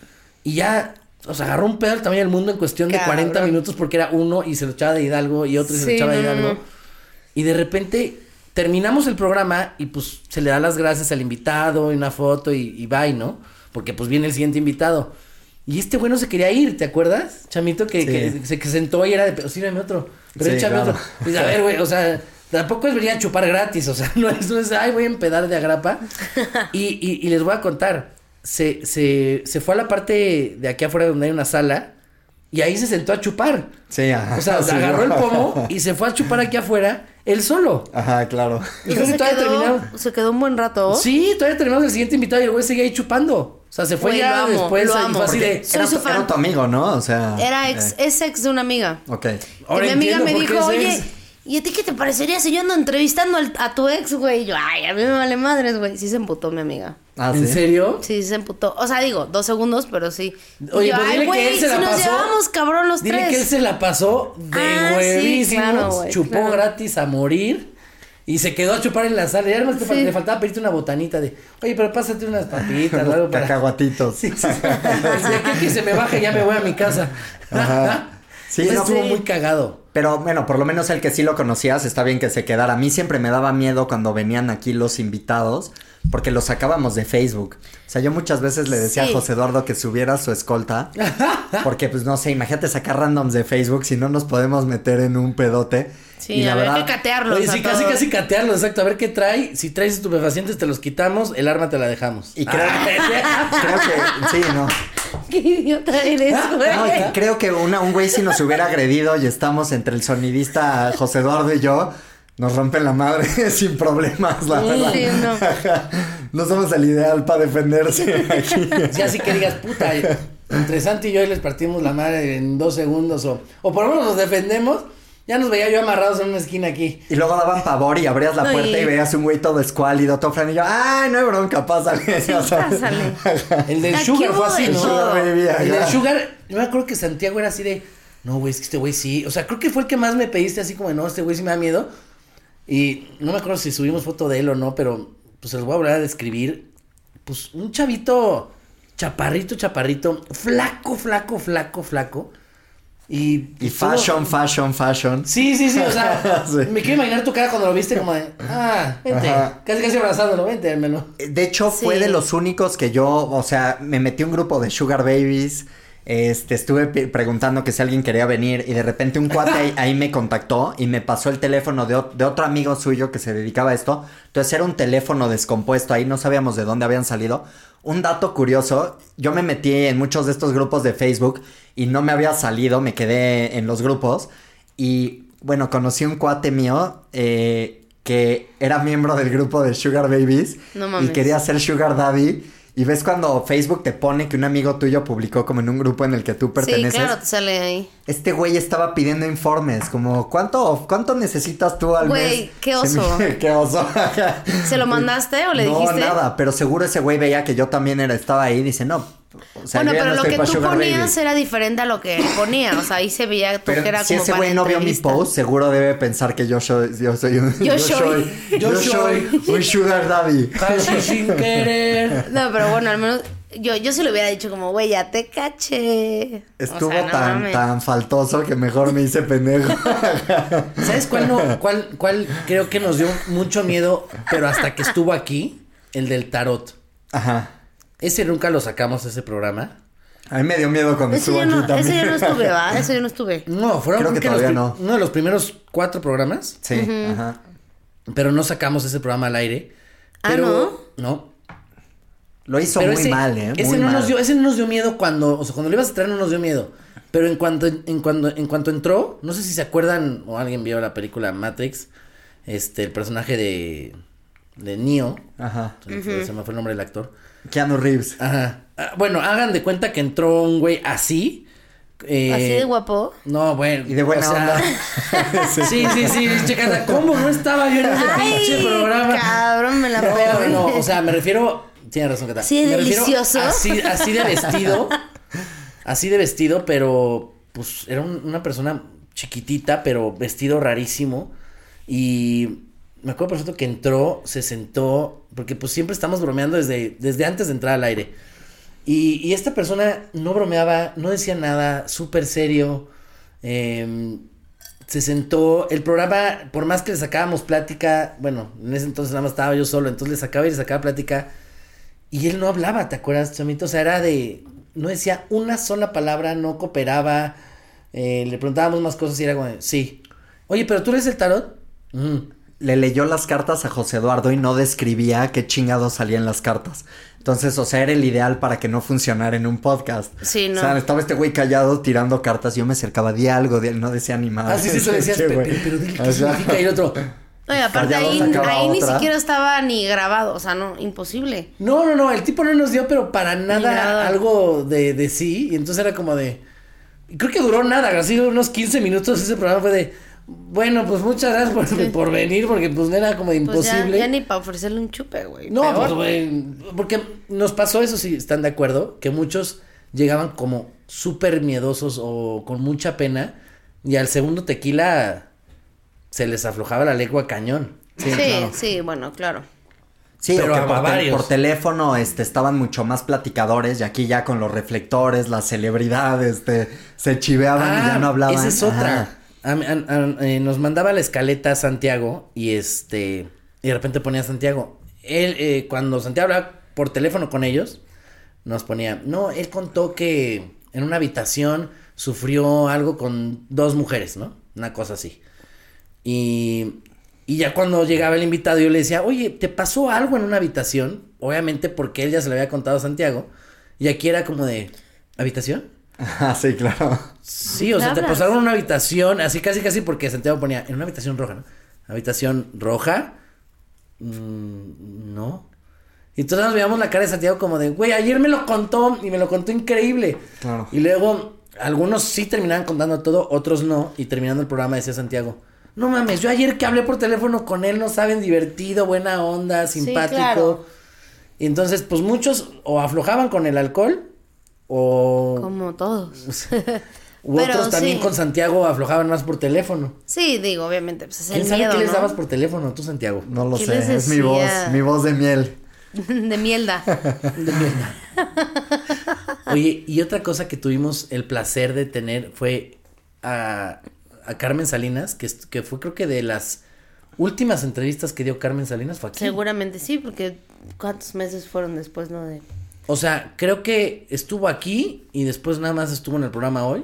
Speaker 3: Y ya, o sea, agarró un pedo del tamaño del mundo en cuestión de
Speaker 4: Cabrón.
Speaker 3: cuarenta minutos porque era uno y se lo echaba de Hidalgo y otro y se lo
Speaker 4: Sí,
Speaker 3: echaba de
Speaker 4: no, no,
Speaker 3: Hidalgo.
Speaker 4: no.
Speaker 3: Y de repente terminamos el programa y pues se le da las gracias al invitado y una foto y, y bye, ¿no? Porque pues viene el siguiente invitado. Y este güey no se quería ir, ¿te acuerdas? Chamito que,
Speaker 5: Sí.
Speaker 3: que se que sentó y era de, pero sírveme otro. Pero
Speaker 5: Sí,
Speaker 3: échame
Speaker 5: claro.
Speaker 3: otro. Y dice, a ver, güey, o sea, tampoco es venir a chupar gratis, o sea, no es, no es, ay, voy a empedar de agrapa. Y, y, y les voy a contar, se, se, se fue a la parte de aquí afuera donde hay una sala y ahí se sentó a chupar.
Speaker 5: Sí, ajá.
Speaker 3: O sea,
Speaker 5: sí,
Speaker 3: agarró el
Speaker 5: no.
Speaker 3: pomo y se fue a chupar aquí afuera, él solo.
Speaker 5: Ajá, claro.
Speaker 4: Y
Speaker 3: Entonces
Speaker 4: se
Speaker 3: todavía
Speaker 4: quedó,
Speaker 3: terminaron.
Speaker 4: se quedó un buen rato.
Speaker 3: Sí, todavía terminamos el siguiente invitado y el güey seguía ahí chupando. O sea, se fue
Speaker 4: Güey,
Speaker 3: ya
Speaker 4: lo amo,
Speaker 3: después
Speaker 4: lo
Speaker 3: y
Speaker 4: amo.
Speaker 3: fue así de.
Speaker 4: Soy
Speaker 5: era,
Speaker 4: su
Speaker 5: tu-
Speaker 4: fan.
Speaker 5: era tu amigo, ¿no? O sea...
Speaker 4: Era ex,
Speaker 5: eh,
Speaker 4: es ex de una amiga.
Speaker 5: Ok.
Speaker 3: Ahora
Speaker 4: y mi amiga
Speaker 3: entiendo
Speaker 4: me
Speaker 3: por
Speaker 4: dijo,
Speaker 3: qué es
Speaker 4: oye,
Speaker 3: ex.
Speaker 4: ¿y a ti qué te parecería si yo ando entrevistando al- a tu ex, güey? Y yo, ay, a mí me vale madres, güey. Sí se emputó mi amiga.
Speaker 5: Ah,
Speaker 3: ¿En
Speaker 5: ¿sí?
Speaker 3: serio?
Speaker 4: Sí, se emputó. O sea, digo, dos segundos, pero sí. Y
Speaker 3: Oye,
Speaker 4: yo,
Speaker 3: pues dile
Speaker 4: ay, güey,
Speaker 3: que él se
Speaker 4: si
Speaker 3: la
Speaker 4: nos
Speaker 3: pasó.
Speaker 4: llevamos cabrón los
Speaker 3: Dile
Speaker 4: tres.
Speaker 3: que él se la pasó de
Speaker 4: Ah, sí,
Speaker 3: huevísimos.
Speaker 4: claro, güey,
Speaker 3: chupó
Speaker 4: claro.
Speaker 3: gratis a morir. Y se quedó a chupar en la sala. Y además te fal-
Speaker 4: Sí.
Speaker 3: le faltaba pedirte una botanita de, oye, pero pásate unas papitas o algo para.
Speaker 5: Cacahuatitos.
Speaker 3: Sí, sí. De aquí que se me baje, ya me voy a mi casa.
Speaker 5: Ajá. Sí,
Speaker 3: Eso
Speaker 5: no,
Speaker 3: estuvo
Speaker 4: sí.
Speaker 3: muy cagado.
Speaker 5: Pero bueno, por lo menos el que sí lo conocías, está bien que se quedara. A mí siempre me daba miedo cuando venían aquí los invitados, porque los sacábamos de Facebook. O sea, yo muchas veces le decía
Speaker 4: Sí.
Speaker 5: a José Eduardo que subiera su escolta, porque pues no sé, imagínate sacar randoms de Facebook, si no nos podemos meter en un pedote.
Speaker 4: Sí,
Speaker 5: y la
Speaker 4: a ver,
Speaker 5: verdad,
Speaker 4: que catearlos.
Speaker 3: Oye,
Speaker 4: a
Speaker 3: sí, casi,
Speaker 4: todos.
Speaker 3: casi catearlo, exacto. A ver qué trae. Si traes estupefacientes, te los quitamos. El arma te la dejamos.
Speaker 5: Y creo,
Speaker 3: Ah,
Speaker 5: creo que, sí, no.
Speaker 4: Qué idiota eres, güey.
Speaker 5: No, y creo que una, un güey si nos hubiera agredido y estamos entre el sonidista José Eduardo y yo, nos rompen la madre sin problemas, la verdad.
Speaker 4: Sí, no.
Speaker 5: No somos el ideal para defenderse aquí.
Speaker 3: Ya así que digas, puta, entre Santi y yo ahí les partimos la madre en dos segundos o, o por lo menos nos defendemos. Ya nos veía yo amarrados en una esquina aquí.
Speaker 5: Y luego daban pavor y abrías la
Speaker 4: No,
Speaker 5: puerta y...
Speaker 4: y-
Speaker 5: veías un güey todo escuálido, todo fran y yo, ¡ay, no hay bronca, pásale!
Speaker 4: Sí,
Speaker 5: O sea,
Speaker 4: pásale.
Speaker 3: El del
Speaker 4: Aquí
Speaker 3: Sugar
Speaker 4: hubo
Speaker 3: fue así,
Speaker 4: de
Speaker 3: ¿no?
Speaker 4: todo.
Speaker 5: Sugar Baby,
Speaker 3: El del
Speaker 5: ajá.
Speaker 3: Sugar, yo me acuerdo que Santiago era así de, no, güey, es que este güey sí. O sea, creo que fue el que más me pediste así como, de, no, este güey sí me da miedo. Y no me acuerdo si subimos foto de él o no, pero pues se los voy a volver a describir. Pues un chavito, chaparrito, chaparrito, flaco, flaco, flaco, flaco. Y,
Speaker 5: Y
Speaker 3: pues, todo-
Speaker 5: fashion, fashion, fashion.
Speaker 3: Sí, sí, sí, o sea,
Speaker 5: Sí.
Speaker 3: me quiero imaginar tu cara cuando lo viste como de, ah, vente,
Speaker 5: Ajá.
Speaker 3: casi casi abrazándolo, vente, hermano.
Speaker 5: De hecho, fue
Speaker 4: Sí.
Speaker 5: de los únicos que yo, o sea, me metí a un grupo de Sugar Babies. Este, estuve pi- preguntando que si alguien quería venir y de repente un cuate ahí, ahí me contactó y me pasó el teléfono de, o- de otro amigo suyo que se dedicaba a esto. Entonces era un teléfono descompuesto, ahí no sabíamos de dónde habían salido. Un dato curioso, yo me metí en muchos de estos grupos de Facebook y no me había salido, me quedé en los grupos y bueno, conocí un cuate mío eh, que era miembro del grupo de Sugar Babies
Speaker 4: No
Speaker 5: y
Speaker 4: mames.
Speaker 5: quería ser Sugar Daddy. Y ves cuando Facebook te pone que un amigo tuyo publicó como en un grupo en el que tú
Speaker 4: Sí,
Speaker 5: perteneces.
Speaker 4: claro, te sale ahí.
Speaker 5: Este güey estaba pidiendo informes, como ¿cuánto, cuánto necesitas tú al
Speaker 4: Güey,
Speaker 5: mes?
Speaker 4: qué
Speaker 5: Se
Speaker 4: oso.
Speaker 5: me- qué oso.
Speaker 4: ¿Se lo mandaste o le
Speaker 5: no,
Speaker 4: dijiste?
Speaker 5: nada, pero seguro ese güey veía que yo también era, estaba ahí y dice, no. O sea,
Speaker 4: Bueno,
Speaker 5: yo ya
Speaker 4: pero
Speaker 5: no
Speaker 4: lo
Speaker 5: estoy
Speaker 4: que
Speaker 5: pa'
Speaker 4: tú
Speaker 5: Sugar
Speaker 4: ponías
Speaker 5: Baby.
Speaker 4: era diferente a lo que él ponía. O sea, ahí se veía tú
Speaker 5: Pero
Speaker 4: que era
Speaker 5: si
Speaker 4: como
Speaker 5: ese
Speaker 4: para
Speaker 5: güey no vio mi
Speaker 4: entrevista.
Speaker 5: post, seguro debe pensar que yo soy, yo soy un,
Speaker 4: Yo soy.
Speaker 5: yo
Speaker 3: Yo
Speaker 5: soy un Sugar Daddy.
Speaker 3: Casi sin querer.
Speaker 4: No, pero bueno, al menos Yo, yo se lo hubiera dicho como, güey, ya te caché.
Speaker 5: Estuvo
Speaker 4: O sea, no
Speaker 5: tan,
Speaker 4: mames.
Speaker 5: tan faltoso que mejor me hice pendejo.
Speaker 3: ¿Sabes cuál no? ¿Cuál, cuál creo que nos dio mucho miedo, pero hasta que estuvo aquí? El del tarot.
Speaker 5: Ajá.
Speaker 3: Ese nunca lo sacamos, ese programa.
Speaker 5: A mí me dio miedo cuando
Speaker 4: Ese
Speaker 5: estuvo
Speaker 4: yo,
Speaker 5: aquí
Speaker 4: no,
Speaker 5: también.
Speaker 4: ese yo no estuve, ¿verdad? Ese yo no estuve.
Speaker 3: No, fueron
Speaker 5: Creo que
Speaker 3: creo los
Speaker 5: todavía
Speaker 3: pri-
Speaker 5: no.
Speaker 3: uno de los primeros cuatro programas,
Speaker 5: Sí, ajá.
Speaker 3: pero no sacamos ese programa al aire.
Speaker 4: Ah,
Speaker 3: Pero, ¿no?
Speaker 5: Lo hizo
Speaker 3: Pero
Speaker 5: muy
Speaker 3: ese,
Speaker 5: mal, ¿eh?
Speaker 3: ese
Speaker 5: Muy
Speaker 3: no
Speaker 5: mal.
Speaker 3: nos dio, ese no nos dio miedo cuando, o sea, cuando lo ibas a traer no nos dio miedo. Pero en cuanto, en cuando, en cuanto entró, no sé si se acuerdan o alguien vio la película Matrix, este, el personaje de, de Neo,
Speaker 5: Ajá.
Speaker 3: se me, fue, se me fue el nombre del actor.
Speaker 5: Keanu Reeves.
Speaker 3: Ajá. Ah, bueno, hagan de cuenta que entró un güey así. eh,
Speaker 4: Así de guapo.
Speaker 3: No, bueno.
Speaker 5: Y de buena
Speaker 3: o sea,
Speaker 5: onda.
Speaker 3: Sí, sí, sí, checata, ¿cómo no estaba yo en ese pinche
Speaker 4: Ay,
Speaker 3: programa?
Speaker 4: cabrón, me la
Speaker 3: No,
Speaker 4: perdí.
Speaker 3: no, o sea, me refiero, tiene razón, Cata.
Speaker 4: Sí,
Speaker 3: me refiero
Speaker 4: delicioso.
Speaker 3: Así, así de vestido, así de vestido, pero pues era un- una persona chiquitita, pero vestido rarísimo. Y me acuerdo perfecto que entró, se sentó, porque pues siempre estamos bromeando desde, desde antes de entrar al aire. Y, y esta persona no bromeaba, no decía nada, súper serio. eh, se sentó, el programa, por más que le sacábamos plática, bueno, en ese entonces nada más estaba yo solo, entonces le sacaba y le sacaba plática. Y él no hablaba, ¿te acuerdas, Chamito? O sea, era de, no decía una sola palabra, no cooperaba. eh, le preguntábamos más cosas y era como, de, sí. Oye, pero tú eres el tarot. Mm.
Speaker 5: Le leyó las cartas a José Eduardo y no describía qué chingados salían las cartas. Entonces, o sea, era el ideal para que no funcionara en un podcast.
Speaker 4: Sí, no.
Speaker 5: O sea, estaba este güey callado tirando cartas. Yo me acercaba, di algo, di- no decía ni nada.
Speaker 3: Ah, sí, sí, eso decías,
Speaker 5: Sí,
Speaker 3: pero,
Speaker 5: güey.
Speaker 3: pero dile
Speaker 5: O
Speaker 3: qué
Speaker 5: sea,
Speaker 3: significa y el otro.
Speaker 4: Oye, aparte
Speaker 5: Callado
Speaker 4: ahí,
Speaker 5: sacaba
Speaker 4: ahí ni
Speaker 5: otra.
Speaker 4: siquiera estaba ni grabado. O sea, no, imposible.
Speaker 3: No, no, no, el tipo no nos dio, pero para nada
Speaker 4: nada.
Speaker 3: algo de, de sí. Y entonces era como de. Creo que duró nada, así unos quince minutos ese programa fue de. Bueno, pues muchas gracias por, por venir, porque pues era como de
Speaker 4: Pues ya,
Speaker 3: imposible.
Speaker 4: ya ni para ofrecerle un chupe, güey.
Speaker 3: No,
Speaker 4: Peor.
Speaker 3: pues güey, porque nos pasó eso, si están de acuerdo, que muchos llegaban como súper miedosos o con mucha pena, y al segundo tequila se les aflojaba la lengua cañón.
Speaker 4: Sí,
Speaker 5: claro.
Speaker 4: sí, bueno, claro.
Speaker 5: Sí,
Speaker 3: Pero
Speaker 5: o que
Speaker 3: a
Speaker 5: por, tel-
Speaker 3: varios.
Speaker 5: por teléfono este, estaban mucho más platicadores y aquí ya con los reflectores, las celebridades, este, se chiveaban y ya no hablaban.
Speaker 3: Esa es otra.
Speaker 5: Ajá.
Speaker 3: A- a- a- eh, nos mandaba la escaleta Santiago y este y de repente ponía Santiago. Él, eh, cuando Santiago hablaba por teléfono con ellos, nos ponía, no, él contó que en una habitación sufrió algo con dos mujeres, ¿no? Una cosa así. Y, y ya cuando llegaba el invitado yo le decía, oye, ¿te pasó algo en una habitación? Obviamente porque él ya se lo había contado a Santiago. Y aquí era como de, ¿habitación?
Speaker 5: Ajá, sí, claro.
Speaker 3: Sí, o sea, te
Speaker 4: hablas?
Speaker 3: pasaron en una habitación, así casi casi porque Santiago ponía, en una habitación roja, ¿no? Habitación roja, mm, no. Y entonces nos veíamos la cara de Santiago como de, güey, ayer me lo contó y me lo contó increíble.
Speaker 5: Claro.
Speaker 3: Y luego, algunos sí terminaban contando todo, otros no, y terminando el programa decía Santiago, no mames, yo ayer que hablé por teléfono con él, no saben, divertido, buena onda, simpático.
Speaker 4: claro.
Speaker 3: Y entonces, pues muchos o aflojaban con el alcohol, o...
Speaker 4: Como todos.
Speaker 3: U
Speaker 4: Pero
Speaker 3: otros también
Speaker 4: sí.
Speaker 3: con Santiago aflojaban más por teléfono.
Speaker 4: Sí, digo, obviamente, pues es
Speaker 3: ¿Quién
Speaker 4: el
Speaker 3: sabe
Speaker 4: miedo,
Speaker 3: qué les
Speaker 4: ¿no?
Speaker 3: dabas por teléfono, tú, Santiago?
Speaker 5: No lo
Speaker 4: ¿Qué
Speaker 5: sé,
Speaker 4: les
Speaker 5: es mi voz,
Speaker 4: decía?
Speaker 5: mi voz de miel.
Speaker 4: De mielda.
Speaker 3: De mierda. Oye, y otra cosa que tuvimos el placer de tener fue a, a Carmen Salinas, que, est- que fue creo que de las últimas entrevistas que dio Carmen Salinas fue aquí.
Speaker 4: Seguramente sí, porque ¿cuántos meses fueron después, no? De...
Speaker 3: O sea, creo que estuvo aquí y después nada más estuvo en el programa hoy.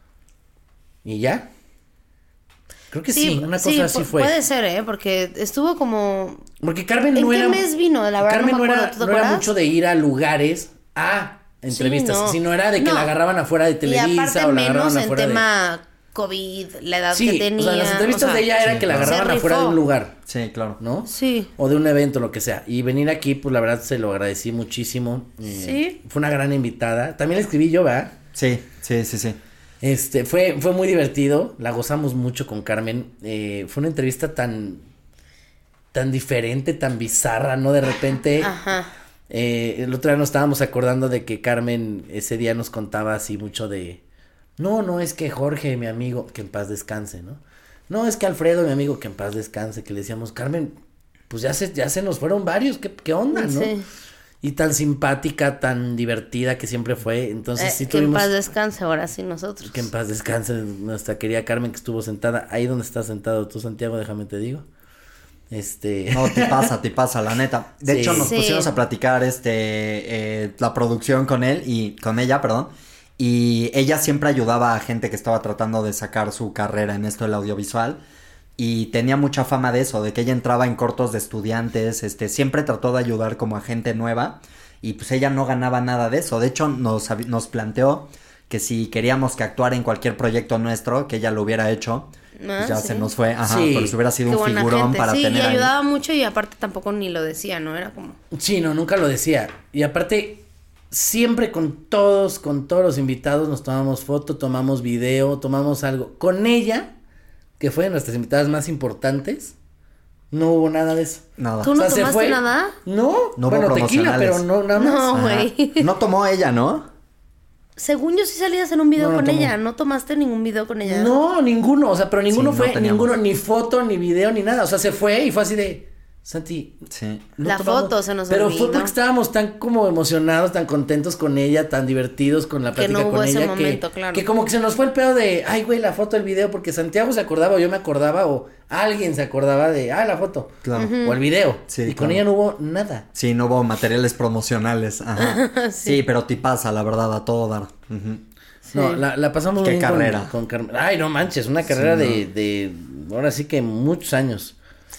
Speaker 3: Y ya. Creo que sí, una cosa así
Speaker 4: pu-
Speaker 3: fue.
Speaker 4: Puede ser, ¿eh? Porque estuvo como...
Speaker 3: Porque Carmen
Speaker 4: ¿En
Speaker 3: no
Speaker 4: qué
Speaker 3: era.
Speaker 4: mes vino? La verdad
Speaker 3: Carmen
Speaker 4: no me
Speaker 3: no, era,
Speaker 4: acuerdo, ¿tú te
Speaker 3: no era
Speaker 4: acuerdas?
Speaker 3: mucho de ir a lugares a entrevistas,
Speaker 4: Sí, no.
Speaker 3: sino era de que
Speaker 4: No.
Speaker 3: la agarraban afuera de
Speaker 4: Y
Speaker 3: Televisa
Speaker 4: aparte
Speaker 3: o la
Speaker 4: menos
Speaker 3: agarraban
Speaker 4: en
Speaker 3: afuera de.
Speaker 4: tema COVID, la edad
Speaker 3: Sí,
Speaker 4: que tenía.
Speaker 3: o sea, las entrevistas
Speaker 4: o sea,
Speaker 3: de ella era
Speaker 5: sí,
Speaker 3: que la
Speaker 5: claro.
Speaker 3: agarraban
Speaker 4: Se
Speaker 3: afuera de
Speaker 4: rifó.
Speaker 3: un lugar,
Speaker 5: Sí, claro.
Speaker 3: ¿no?
Speaker 4: Sí.
Speaker 3: O de un evento, lo que sea. Y venir aquí, pues la verdad se lo agradecí muchísimo. Eh,
Speaker 4: Sí.
Speaker 3: Fue una gran invitada. También la escribí yo, ¿verdad?
Speaker 5: Sí, sí, sí, sí.
Speaker 3: Este, fue, fue muy divertido, la gozamos mucho con Carmen, eh, fue una entrevista tan, tan diferente, tan bizarra, ¿no? De repente,
Speaker 4: Ajá.
Speaker 3: eh, el otro día nos estábamos acordando de que Carmen ese día nos contaba así mucho de, no, no, es que Jorge, mi amigo, que en paz descanse, ¿no? No, es que Alfredo, mi amigo, que en paz descanse, que le decíamos, Carmen, pues ya se, ya se nos fueron varios, ¿qué, qué onda, no?
Speaker 4: Sí.
Speaker 3: y tan simpática, tan divertida que siempre fue. Entonces
Speaker 4: Eh,
Speaker 3: sí
Speaker 4: que en
Speaker 3: tuvimos...
Speaker 4: paz descanse ahora sí nosotros.
Speaker 3: Que en paz descanse nuestra querida Carmen, que estuvo sentada ahí donde estás sentado tú, Santiago, déjame te digo. Este...
Speaker 5: No, te pasa, te pasa, la neta. De
Speaker 3: Sí.
Speaker 5: hecho, nos
Speaker 4: Sí.
Speaker 5: pusimos a platicar este eh, la producción con él y con ella, perdón. Y ella siempre ayudaba a gente que estaba tratando de sacar su carrera en esto del audiovisual. Y tenía mucha fama de eso, de que ella entraba en cortos de estudiantes, este, siempre trató de ayudar como a gente nueva. Y pues ella no ganaba nada de eso. De hecho, nos, avi- nos planteó que si queríamos que actuara en cualquier proyecto nuestro, que ella lo hubiera hecho, pues
Speaker 4: Ah,
Speaker 5: ya
Speaker 4: sí.
Speaker 5: se nos fue. Ajá,
Speaker 3: Sí.
Speaker 5: pero si hubiera sido
Speaker 4: Qué
Speaker 5: un
Speaker 4: buena
Speaker 5: figurón
Speaker 4: gente.
Speaker 5: para
Speaker 4: sí,
Speaker 5: tener
Speaker 4: y
Speaker 5: ahí.
Speaker 4: ayudaba mucho y aparte tampoco ni lo decía, ¿no? Era como...
Speaker 3: Sí, no, nunca lo decía. Y aparte, siempre con todos, con todos los invitados nos tomamos foto, tomamos video, tomamos algo. Con ella, que fue de nuestras invitadas más importantes, no hubo nada de eso.
Speaker 5: Nada.
Speaker 4: ¿Tú no
Speaker 3: se
Speaker 4: tomaste
Speaker 3: fue-
Speaker 4: nada?
Speaker 3: No,
Speaker 5: No hubo
Speaker 3: bueno, tequila,
Speaker 5: promocionales.
Speaker 3: pero no, nada más.
Speaker 4: No,
Speaker 5: Ajá.
Speaker 4: güey.
Speaker 5: No tomó ella, ¿no?
Speaker 4: Según yo sí salías en un video
Speaker 3: No, no
Speaker 4: con
Speaker 3: tomó.
Speaker 4: ella, ¿no tomaste ningún video con ella?
Speaker 3: No, ninguno, o sea, pero ninguno
Speaker 5: Sí, no
Speaker 3: fue,
Speaker 5: teníamos.
Speaker 3: ninguno, ni foto, ni video, ni nada. O sea, se fue y fue así de, Santi,
Speaker 5: Sí.
Speaker 3: no
Speaker 4: La
Speaker 3: tomamos.
Speaker 4: foto se nos
Speaker 3: Pero
Speaker 4: olvidó.
Speaker 3: fue porque estábamos tan como emocionados, tan contentos con ella, tan divertidos con la
Speaker 4: Que
Speaker 3: plática
Speaker 4: no hubo
Speaker 3: con
Speaker 4: ese
Speaker 3: ella,
Speaker 4: momento,
Speaker 3: que,
Speaker 4: claro.
Speaker 3: que como que se nos fue el pedo de, ay, güey, la foto, el video, porque Santiago se acordaba, o yo me acordaba, o alguien se acordaba de, ah, la foto,
Speaker 5: Claro.
Speaker 3: o el video,
Speaker 5: Sí,
Speaker 3: y con
Speaker 5: claro.
Speaker 3: ella no hubo nada.
Speaker 5: Sí, no hubo materiales promocionales. Ajá.
Speaker 4: Sí.
Speaker 5: sí. pero te pasa, la verdad, a todo dar. Ujú.
Speaker 3: No, la, la pasamos
Speaker 5: Qué
Speaker 3: muy bien con-
Speaker 5: carrera.
Speaker 3: con, Carmen. Ay, no manches, una carrera de, de, ahora sí que muchos años.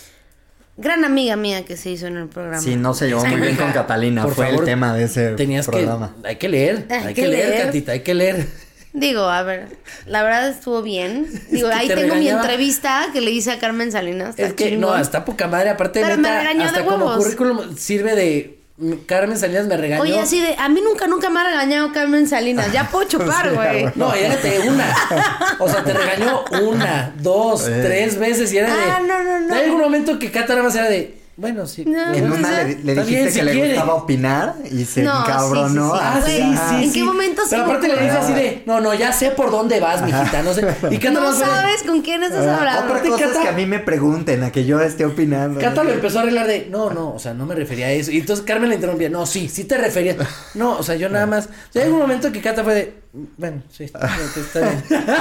Speaker 4: Gran amiga mía que se hizo en el programa.
Speaker 5: Sí, no se llevó muy bien con Catalina.
Speaker 3: Por
Speaker 5: Fue
Speaker 3: favor,
Speaker 5: el tema de ese
Speaker 3: Tenías
Speaker 5: programa.
Speaker 3: que, hay que leer,
Speaker 4: Hay
Speaker 3: hay,
Speaker 4: que
Speaker 3: que leer,
Speaker 4: leer.
Speaker 3: Catita, hay que leer.
Speaker 4: Digo, a ver, la verdad estuvo bien. Digo,
Speaker 3: que
Speaker 4: ahí
Speaker 3: te
Speaker 4: tengo mi
Speaker 3: regañaba.
Speaker 4: entrevista que le hice a Carmen Salinas. está
Speaker 3: Es que
Speaker 4: chingón.
Speaker 3: no, está poca madre, aparte
Speaker 4: Pero me
Speaker 3: neta,
Speaker 4: regañó
Speaker 3: hasta
Speaker 4: de
Speaker 3: como
Speaker 4: huevos.
Speaker 3: currículum sirve de mm, Carmen Salinas me regañó.
Speaker 4: Oye, así de, a mí nunca, nunca me ha regañado Carmen Salinas. Ya puedo chupar,
Speaker 5: Sí,
Speaker 4: güey.
Speaker 5: güey.
Speaker 3: No, y déjate una. O sea, te regañó una, dos,
Speaker 5: Eh.
Speaker 3: tres veces y era de.
Speaker 4: Ah, no, no, no.
Speaker 3: Hay algún momento que Cata nada más era de. Bueno, sí.
Speaker 4: No,
Speaker 5: En
Speaker 4: pues,
Speaker 5: una
Speaker 4: ah,
Speaker 5: le, le
Speaker 3: está
Speaker 5: dijiste
Speaker 3: bien,
Speaker 5: que
Speaker 3: si
Speaker 5: le
Speaker 3: quiere.
Speaker 5: gustaba opinar y se
Speaker 4: No,
Speaker 5: encabronó.
Speaker 4: sí, sí, sí.
Speaker 3: Ah, sí,
Speaker 4: Güey,
Speaker 3: sí,
Speaker 4: ¿en
Speaker 3: sí.
Speaker 4: qué momento se
Speaker 3: Pero
Speaker 4: me
Speaker 3: aparte le dice
Speaker 4: ocurrió?
Speaker 3: así de, no, no, ya sé por dónde vas, mijita, no sé. Y Cata
Speaker 4: No
Speaker 3: más fue de-
Speaker 4: sabes con quién estás hablando.
Speaker 5: Ah, Otra
Speaker 3: Aparte,
Speaker 5: cosa es
Speaker 3: Cata-
Speaker 5: que a mí me pregunten, a que yo esté opinando.
Speaker 3: Cata
Speaker 5: ¿no?
Speaker 3: lo empezó a arreglar de, no, no, o sea, no me refería a eso. Y entonces Carmen le interrumpía, no, sí, sí te refería. No, o sea, yo nada más. O sea, hay un momento que Cata fue de, bueno, sí, está bien. Está bien.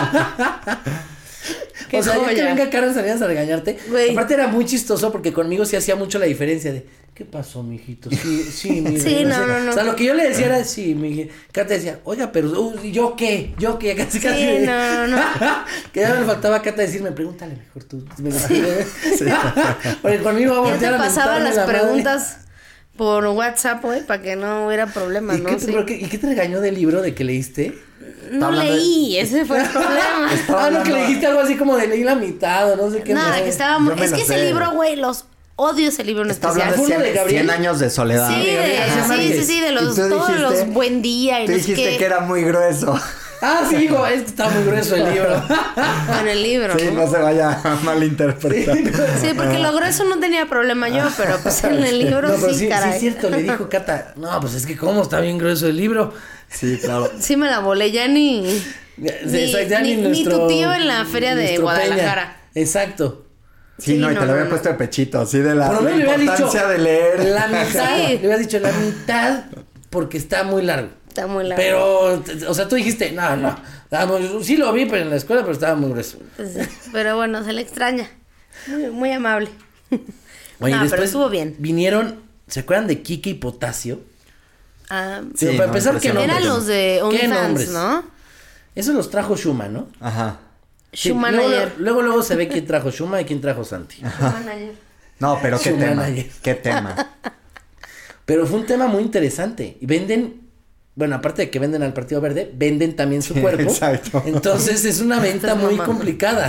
Speaker 4: Qué
Speaker 3: O sea, ya que
Speaker 4: joya.
Speaker 3: venga Carmen Salinas a regañarte.
Speaker 4: Güey.
Speaker 3: Aparte era muy chistoso porque conmigo sí hacía mucho la diferencia de, ¿qué pasó, mijito? Sí, sí, mi
Speaker 4: Sí,
Speaker 3: reina,
Speaker 4: no,
Speaker 3: sé".
Speaker 4: no, no.
Speaker 3: O sea, lo que yo le decía era, sí, mi Cata decía, oiga, pero, uh, ¿yo qué? ¿Yo qué? Casi, casi.
Speaker 4: Sí, no, no.
Speaker 3: Que ya me faltaba a Cata decirme, pregúntale mejor tú. Me decía, Porque conmigo va a
Speaker 4: Ya
Speaker 3: voltear
Speaker 4: te
Speaker 3: a
Speaker 4: pasaba
Speaker 3: mentarme
Speaker 4: las
Speaker 3: la madre.
Speaker 4: preguntas por WhatsApp, güey, para que no hubiera problemas,
Speaker 3: ¿Y,
Speaker 4: ¿no?
Speaker 3: qué te,
Speaker 4: Sí.
Speaker 3: pero qué- ¿Y qué te regañó del libro de que leíste?
Speaker 4: No
Speaker 5: hablando de-
Speaker 4: leí, ese fue el problema.
Speaker 5: Estaba
Speaker 3: Ah, no, que
Speaker 5: hablando-
Speaker 3: le dijiste algo así como de leí la mitad o no sé qué.
Speaker 4: Nada,
Speaker 3: madre.
Speaker 4: que estábamos.
Speaker 5: Yo me
Speaker 4: Es
Speaker 5: lo
Speaker 4: que ese
Speaker 5: sé.
Speaker 4: libro, güey, los odio ese libro en
Speaker 5: Está
Speaker 4: especial.
Speaker 5: hablando de
Speaker 3: ¿Fue uno
Speaker 5: cien,
Speaker 3: de Gabriel?
Speaker 5: cien años de soledad.
Speaker 4: Sí, de,
Speaker 3: Gabriel García
Speaker 4: sí,
Speaker 3: Márquez.
Speaker 4: sí, sí, de
Speaker 5: Y
Speaker 4: los,
Speaker 5: tú
Speaker 4: todos
Speaker 5: dijiste-
Speaker 4: los buen día y
Speaker 5: Tú
Speaker 4: no sé
Speaker 5: dijiste
Speaker 4: qué.
Speaker 5: que era muy grueso.
Speaker 3: Ah, sí, digo, es que está muy grueso el libro.
Speaker 4: En el libro,
Speaker 5: Sí,
Speaker 4: ¿no?
Speaker 5: no se vaya a malinterpretar.
Speaker 4: Sí, porque lo grueso no tenía problema yo, pero pues en el libro
Speaker 3: No, pero
Speaker 4: sí,
Speaker 3: sí, sí
Speaker 4: caray.
Speaker 3: es cierto, le dijo Cata, no, pues es que cómo está bien grueso el libro.
Speaker 5: Sí, claro.
Speaker 4: Sí me la volé, ya ni...
Speaker 3: Sí,
Speaker 4: Ni-
Speaker 3: exacto, ya
Speaker 4: ni- ni tu tío en la feria de
Speaker 3: nuestro
Speaker 4: Guadalajara.
Speaker 3: Exacto.
Speaker 5: Sí,
Speaker 4: Sí,
Speaker 5: no, y
Speaker 4: no,
Speaker 5: te lo había
Speaker 4: no,
Speaker 5: puesto de pechito, así de la,
Speaker 3: Por lo
Speaker 5: la
Speaker 3: menos le hubiera
Speaker 5: importancia
Speaker 3: dicho
Speaker 5: de leer.
Speaker 3: la mitad.
Speaker 4: Sí.
Speaker 3: Le hubieras dicho la mitad porque está muy largo.
Speaker 4: Está muy largo.
Speaker 3: Pero, o sea, tú dijiste, no, no. estaba muy- sí lo vi pero en la escuela, pero estaba muy grueso.
Speaker 4: Pues sí, pero bueno, se le extraña. Muy, muy amable.
Speaker 3: Oye,
Speaker 4: no,
Speaker 3: después
Speaker 4: pero estuvo bien.
Speaker 3: vinieron, ¿se acuerdan de Kike y Potasio?
Speaker 4: Ah,
Speaker 5: Sí,
Speaker 3: Pero para
Speaker 5: no,
Speaker 3: empezar, ¿qué
Speaker 5: impresionante.
Speaker 3: nombres?
Speaker 4: eran los de
Speaker 3: ¿Qué
Speaker 4: OnlyFans,
Speaker 3: nombres?
Speaker 4: ¿no?
Speaker 3: Eso los trajo Shuma, ¿no?
Speaker 5: Ajá.
Speaker 3: Sí,
Speaker 4: Schumann
Speaker 3: luego,
Speaker 4: ayer.
Speaker 3: luego, luego se ve quién trajo Shuma y quién trajo Santi.
Speaker 4: Schumann ayer.
Speaker 5: No, pero qué
Speaker 3: Su
Speaker 5: tema.
Speaker 3: manager.
Speaker 5: Qué tema.
Speaker 3: Pero fue un tema muy interesante. Y venden, bueno, aparte de que venden al Partido Verde, venden también su
Speaker 5: Sí,
Speaker 3: cuerpo.
Speaker 5: exacto.
Speaker 3: Entonces es una venta
Speaker 4: Estás
Speaker 3: muy
Speaker 4: mamando.
Speaker 3: complicada.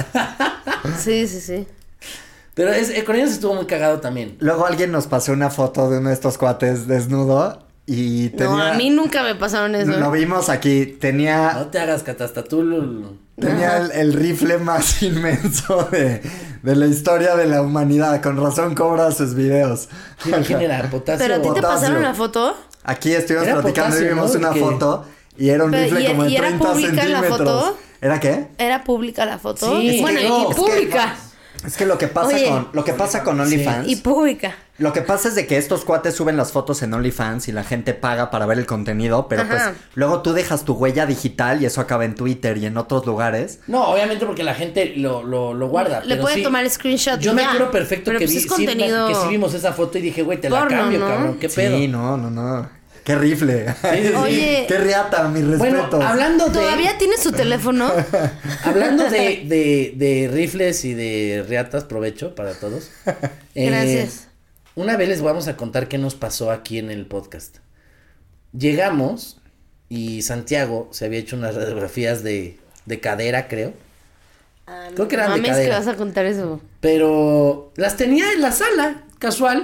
Speaker 4: Sí, sí, sí.
Speaker 3: Pero es, eh, con ellos estuvo muy cagado también.
Speaker 5: Luego alguien nos pasó una foto de uno de estos cuates desnudo y tenía...
Speaker 4: No, a mí nunca me pasaron eso.
Speaker 5: Lo vimos aquí, tenía...
Speaker 3: No te hagas catasta tú. lo-
Speaker 5: Tenía el, el rifle más inmenso de, de la historia de la humanidad. Con razón cobra sus videos.
Speaker 3: ¿Quién, quién era? ¿Potasio?
Speaker 4: ¿Pero a ti te
Speaker 5: Potasio.
Speaker 4: pasaron la foto?
Speaker 5: Aquí estuvimos
Speaker 3: Era
Speaker 5: platicando y
Speaker 3: Potasio,
Speaker 5: vimos
Speaker 3: ¿no?
Speaker 5: una
Speaker 3: Que-
Speaker 5: foto y era un
Speaker 4: Pero,
Speaker 5: rifle
Speaker 4: ¿y-
Speaker 5: como de
Speaker 4: y era
Speaker 5: treinta
Speaker 4: pública la
Speaker 5: centímetros.
Speaker 4: foto?
Speaker 5: ¿Era qué?
Speaker 4: ¿Era pública la foto?
Speaker 3: Sí,
Speaker 4: bueno,
Speaker 3: no,
Speaker 4: y
Speaker 3: es que-
Speaker 4: pública.
Speaker 5: Es que lo que pasa
Speaker 4: Oye.
Speaker 5: con lo que pasa con OnlyFans.
Speaker 4: Y pública.
Speaker 5: Lo que pasa es de que estos cuates suben las fotos en OnlyFans y la gente paga para ver el contenido, pero
Speaker 4: Ajá.
Speaker 5: pues luego tú dejas tu huella digital y eso acaba en Twitter y en otros lugares.
Speaker 3: No, obviamente porque la gente lo, lo, lo guarda.
Speaker 4: Le
Speaker 3: pero
Speaker 4: puede
Speaker 3: sí,
Speaker 4: tomar screenshot.
Speaker 3: Yo
Speaker 4: y
Speaker 3: me
Speaker 4: ya.
Speaker 3: acuerdo perfecto
Speaker 4: Pero
Speaker 3: que,
Speaker 4: pues
Speaker 3: vi,
Speaker 4: es
Speaker 3: sí,
Speaker 4: contenido...
Speaker 3: que sí vimos esa foto y dije, güey, te la
Speaker 4: Porno,
Speaker 3: cambio,
Speaker 4: ¿no?
Speaker 3: cabrón. ¿Qué pedo?
Speaker 5: Sí, no, no, no. Qué rifle.
Speaker 3: Sí, sí, sí.
Speaker 4: Oye.
Speaker 5: Qué riata, mis respetos.
Speaker 3: Bueno, hablando de...
Speaker 4: ¿Todavía tiene su teléfono?
Speaker 3: Hablando de, de, de rifles y de riatas, provecho para todos. Eh,
Speaker 4: Gracias.
Speaker 3: Una vez les vamos a contar qué nos pasó aquí en el podcast. Llegamos y Santiago se había hecho unas radiografías de, de cadera, creo.
Speaker 4: Ah,
Speaker 3: Creo que eran de
Speaker 4: mames,
Speaker 3: cadera.
Speaker 4: que vas a contar eso.
Speaker 3: Pero las tenía en la sala, casual.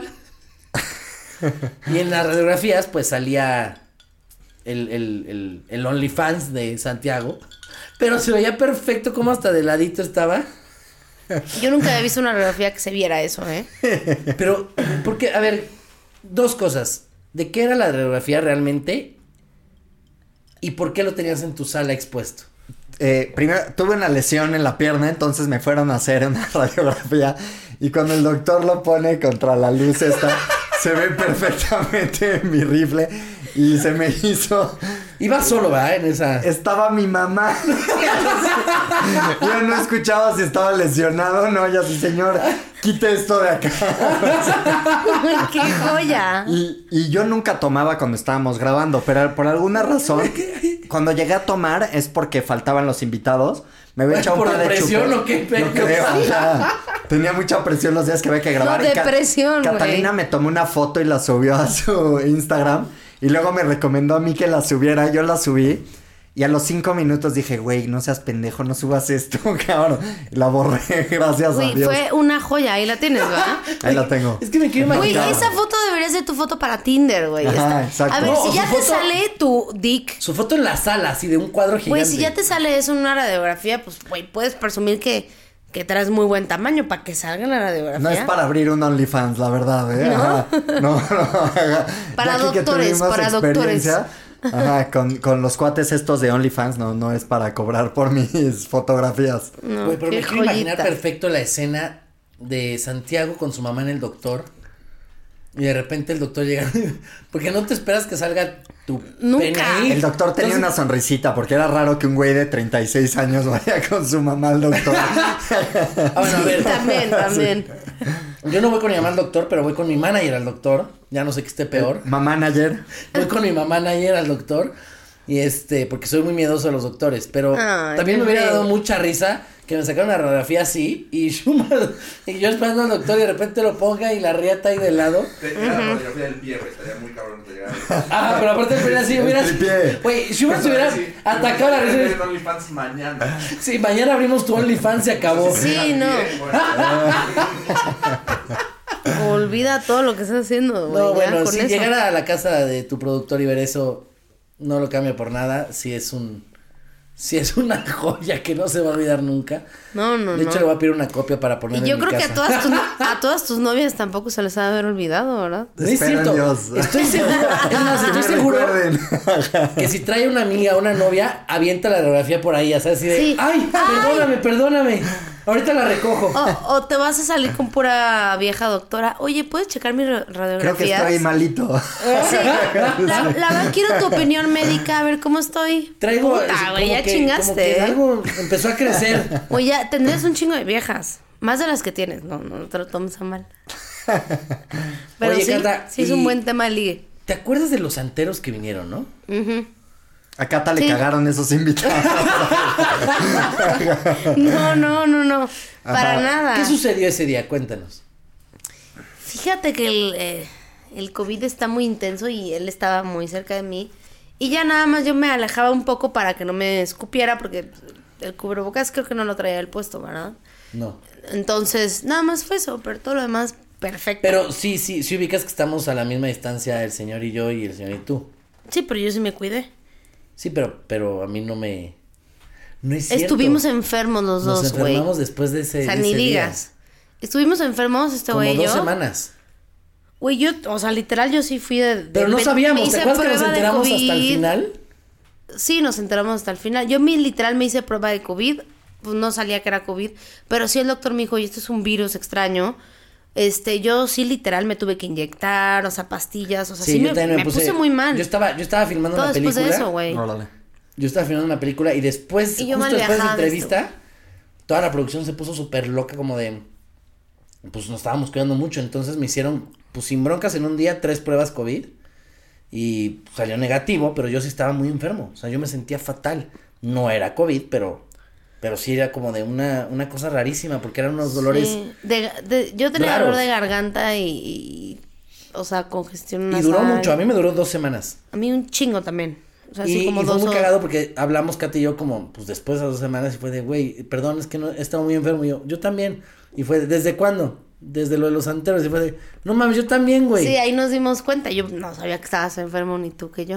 Speaker 3: Y en las radiografías, pues salía el, el, el, el OnlyFans de Santiago. Pero se veía perfecto como hasta de ladito estaba.
Speaker 4: Yo nunca había visto una radiografía que se viera eso, ¿eh?
Speaker 3: Pero, porque, a ver, dos cosas. ¿De qué era la radiografía realmente? ¿Y por qué lo tenías en tu sala expuesto?
Speaker 5: Eh, primero, tuve una lesión en la pierna, entonces me fueron a hacer una radiografía. Y cuando el doctor lo pone contra la luz esta, se ve perfectamente mi rifle. Y se me hizo...
Speaker 3: Iba solo, ¿verdad? En esa...
Speaker 5: Estaba mi mamá. Yo no escuchaba si estaba lesionado, no, ya sí, señor, quite esto de acá.
Speaker 4: ¡Qué joya!
Speaker 5: Y, y yo nunca tomaba cuando estábamos grabando, pero por alguna razón, cuando llegué a tomar es porque faltaban los invitados. Me había echado un
Speaker 3: ¿Por
Speaker 5: par de
Speaker 3: depresión
Speaker 5: chupes.
Speaker 3: o qué pedo?
Speaker 5: No creo, o sea, tenía mucha presión los días que había que grabar.
Speaker 4: No,
Speaker 5: Y Ca-
Speaker 4: depresión, güey.
Speaker 5: Catalina me tomó una foto y la subió a su Instagram. Y luego me recomendó a mí que la subiera. Yo la subí. Y a los cinco minutos dije, güey, no seas pendejo, no subas esto, cabrón. La borré, gracias
Speaker 4: Uy,
Speaker 5: a Dios.
Speaker 4: fue una joya. Ahí la tienes, ¿verdad?
Speaker 5: Ahí la tengo.
Speaker 3: Es que me quiero
Speaker 4: Uy,
Speaker 3: imaginar.
Speaker 4: esa foto debería ser tu foto para Tinder, güey.
Speaker 5: Ajá,
Speaker 4: Esta.
Speaker 5: exacto.
Speaker 4: A ver,
Speaker 3: No,
Speaker 4: si
Speaker 3: o
Speaker 4: ya
Speaker 3: su
Speaker 4: te
Speaker 3: foto-
Speaker 4: sale tu dick.
Speaker 3: Su foto en la sala, así de un cuadro gigante.
Speaker 4: Güey, si ya te sale eso en una radiografía, pues, güey, puedes presumir que, que traes muy buen tamaño para que salga en la radiografía.
Speaker 5: No es para abrir un OnlyFans, la verdad, ¿eh?
Speaker 4: ¿No?
Speaker 5: Ajá. No, no.
Speaker 4: Para
Speaker 5: Ya aquí que
Speaker 4: doctores,
Speaker 5: tuvimos
Speaker 4: para
Speaker 5: experiencia, Ajá, con, con los cuates estos de OnlyFans, no, no es para cobrar por mis fotografías.
Speaker 4: No,
Speaker 3: Güey, pero
Speaker 4: qué
Speaker 3: me quiero imaginar
Speaker 4: joyita.
Speaker 3: perfecto la escena de Santiago con su mamá en el doctor. Y de repente el doctor llega. Porque no te esperas que salga tu
Speaker 4: Nunca.
Speaker 3: pene ahí.
Speaker 5: El doctor tenía
Speaker 3: Entonces-
Speaker 5: una sonrisita, porque era raro que un güey de treinta y seis años vaya con su mamá al doctor.
Speaker 3: Ah, bueno, a ver.
Speaker 4: También, también.
Speaker 3: Yo no voy con mi mamá al doctor, pero voy con mi manager al doctor. Ya no sé qué esté peor.
Speaker 5: Mamá manager.
Speaker 3: Voy con mi mamá manager al doctor. Y este, porque soy muy miedoso de los doctores. Pero
Speaker 4: Ay,
Speaker 3: también me
Speaker 4: qué
Speaker 3: hubiera
Speaker 4: feo.
Speaker 3: dado mucha risa que me sacaran una radiografía así. Y, Schumann- y yo esperando al doctor y de repente lo ponga y la riata ahí de lado.
Speaker 6: Te llega la radiografía del pie, güey. Estaría muy cabrón que te llegara.
Speaker 3: Ah, pero aparte el pene así, hubiera.
Speaker 5: El tripié.
Speaker 3: Güey, Schumann se hubiera
Speaker 6: Sí.
Speaker 3: atacado la
Speaker 6: Te
Speaker 3: risa.
Speaker 6: en OnlyFans mañana.
Speaker 3: Sí, mañana abrimos tu OnlyFans, se acabó.
Speaker 4: Sí, no.
Speaker 6: Bien, bueno.
Speaker 4: Olvida todo lo que estás haciendo, güey.
Speaker 3: No,
Speaker 4: ya
Speaker 3: bueno,
Speaker 4: con
Speaker 3: si
Speaker 4: eso.
Speaker 3: llegara a la casa de tu productor y ver eso, no lo cambia por nada. Si es un. Si es una joya que no se va a olvidar nunca.
Speaker 4: No, no,
Speaker 3: De hecho,
Speaker 4: no.
Speaker 3: le voy a pedir una copia para ponerla
Speaker 4: Y yo
Speaker 3: en mi
Speaker 4: creo que
Speaker 3: casa.
Speaker 4: a todas, tus, a todas tus novias tampoco se les ha de haber olvidado, ¿verdad?
Speaker 3: No es
Speaker 5: Espero en
Speaker 3: cierto.
Speaker 5: Dios.
Speaker 3: Estoy seguro. Es más,
Speaker 5: Que
Speaker 3: estoy
Speaker 5: me
Speaker 3: seguro
Speaker 5: recuerden.
Speaker 3: que si trae una amiga, una novia, avienta la radiografía por ahí, ¿sabes? Así de,
Speaker 4: Sí.
Speaker 3: ay, perdóname, perdóname. Ahorita la recojo.
Speaker 4: O, o te vas a salir con pura vieja doctora. Oye, ¿puedes checar mis ra-
Speaker 5: Creo que
Speaker 4: radiografías?
Speaker 5: estoy malito.
Speaker 4: Sí. La, la verdad quiero tu opinión médica, a ver cómo estoy.
Speaker 3: Traigo.
Speaker 4: Puta,
Speaker 3: como
Speaker 4: güey, ya
Speaker 3: que-
Speaker 4: chingaste.
Speaker 3: Como que
Speaker 4: ¿eh?
Speaker 3: algo empezó a crecer.
Speaker 4: Oye, ya tendrías un chingo de viejas. Más de las que tienes. No, no, no te lo tomes a mal. Pero
Speaker 3: Oye,
Speaker 4: sí,
Speaker 3: Cata,
Speaker 4: sí es
Speaker 3: y-
Speaker 4: un buen tema de ligue.
Speaker 3: ¿Te acuerdas de los santeros que vinieron, no?
Speaker 4: Ujú.
Speaker 5: A Cata le
Speaker 4: Sí.
Speaker 5: cagaron esos invitados.
Speaker 4: No, no, no, no. Para
Speaker 5: Ajá.
Speaker 4: nada.
Speaker 3: ¿Qué sucedió ese día? Cuéntanos.
Speaker 4: Fíjate que el, eh, el COVID está muy intenso y él estaba muy cerca de mí. Y ya nada más yo me alejaba un poco para que no me escupiera porque el cubrebocas creo que no lo traía el puesto, ¿verdad?
Speaker 3: No.
Speaker 4: Entonces, nada más fue eso, pero todo lo demás, perfecto.
Speaker 3: Pero sí, sí, sí ubicas que estamos a la misma distancia el señor y yo y el señor y tú.
Speaker 4: Sí, pero yo sí me cuidé.
Speaker 3: Sí, pero, pero a mí no me... No es cierto.
Speaker 4: Estuvimos enfermos los
Speaker 3: Nos
Speaker 4: dos, güey.
Speaker 3: enfermamos después de ese,
Speaker 4: O sea,
Speaker 3: de
Speaker 4: ni
Speaker 3: ese día.
Speaker 4: digas. Estuvimos enfermos este
Speaker 3: Como
Speaker 4: güey y yo.
Speaker 3: dos semanas.
Speaker 4: Güey, yo, o sea, literal yo sí fui de... de-
Speaker 3: Pero no
Speaker 4: me-
Speaker 3: sabíamos,
Speaker 4: me
Speaker 3: ¿te
Speaker 4: hice
Speaker 3: acuerdas que nos
Speaker 4: prueba de
Speaker 3: enteramos hasta el
Speaker 4: COVID.
Speaker 3: final?
Speaker 4: Sí, nos enteramos hasta el final. Yo me, literal me hice prueba de COVID pues no salía que era COVID, pero sí el doctor me dijo, oye, esto es un virus extraño. Este, yo sí literal me tuve que inyectar, o sea, pastillas, o sea, sí,
Speaker 3: yo
Speaker 4: me,
Speaker 3: también
Speaker 4: me puse, muy mal.
Speaker 3: Yo estaba, yo estaba filmando
Speaker 4: Todo
Speaker 3: una
Speaker 4: después
Speaker 3: película.
Speaker 4: de eso, güey.
Speaker 5: Órale.
Speaker 3: Yo estaba filmando una película y después,
Speaker 4: Y yo
Speaker 3: justo
Speaker 4: mal
Speaker 3: después de esa
Speaker 4: viajada de
Speaker 3: entrevista, toda la producción se puso súper loca como de, pues nos estábamos cuidando mucho, entonces me hicieron, pues sin broncas en un día, tres pruebas COVID y salió negativo, pero yo sí estaba muy enfermo, o sea, yo me sentía fatal, no era COVID, pero, pero sí era como de una, una cosa rarísima, porque eran unos dolores
Speaker 4: Sí, de, de, yo tenía
Speaker 3: raros.
Speaker 4: dolor de garganta y, y o sea, congestión
Speaker 3: Y duró
Speaker 4: nasal.
Speaker 3: mucho, a mí me duró dos semanas.
Speaker 4: A mí un chingo también. O sea,
Speaker 3: y,
Speaker 4: así como
Speaker 3: y fue
Speaker 4: dos
Speaker 3: muy
Speaker 4: o-
Speaker 3: cagado porque hablamos Katy y yo como, pues después de dos semanas y fue de, güey, perdón, es que no, he estado muy enfermo. Y yo, yo también. Y fue, de, ¿desde cuándo? Desde lo de los anteros. Y fue de, no mames, yo también, güey.
Speaker 4: Sí, ahí nos dimos cuenta. Yo no sabía que estabas enfermo ni tú que yo.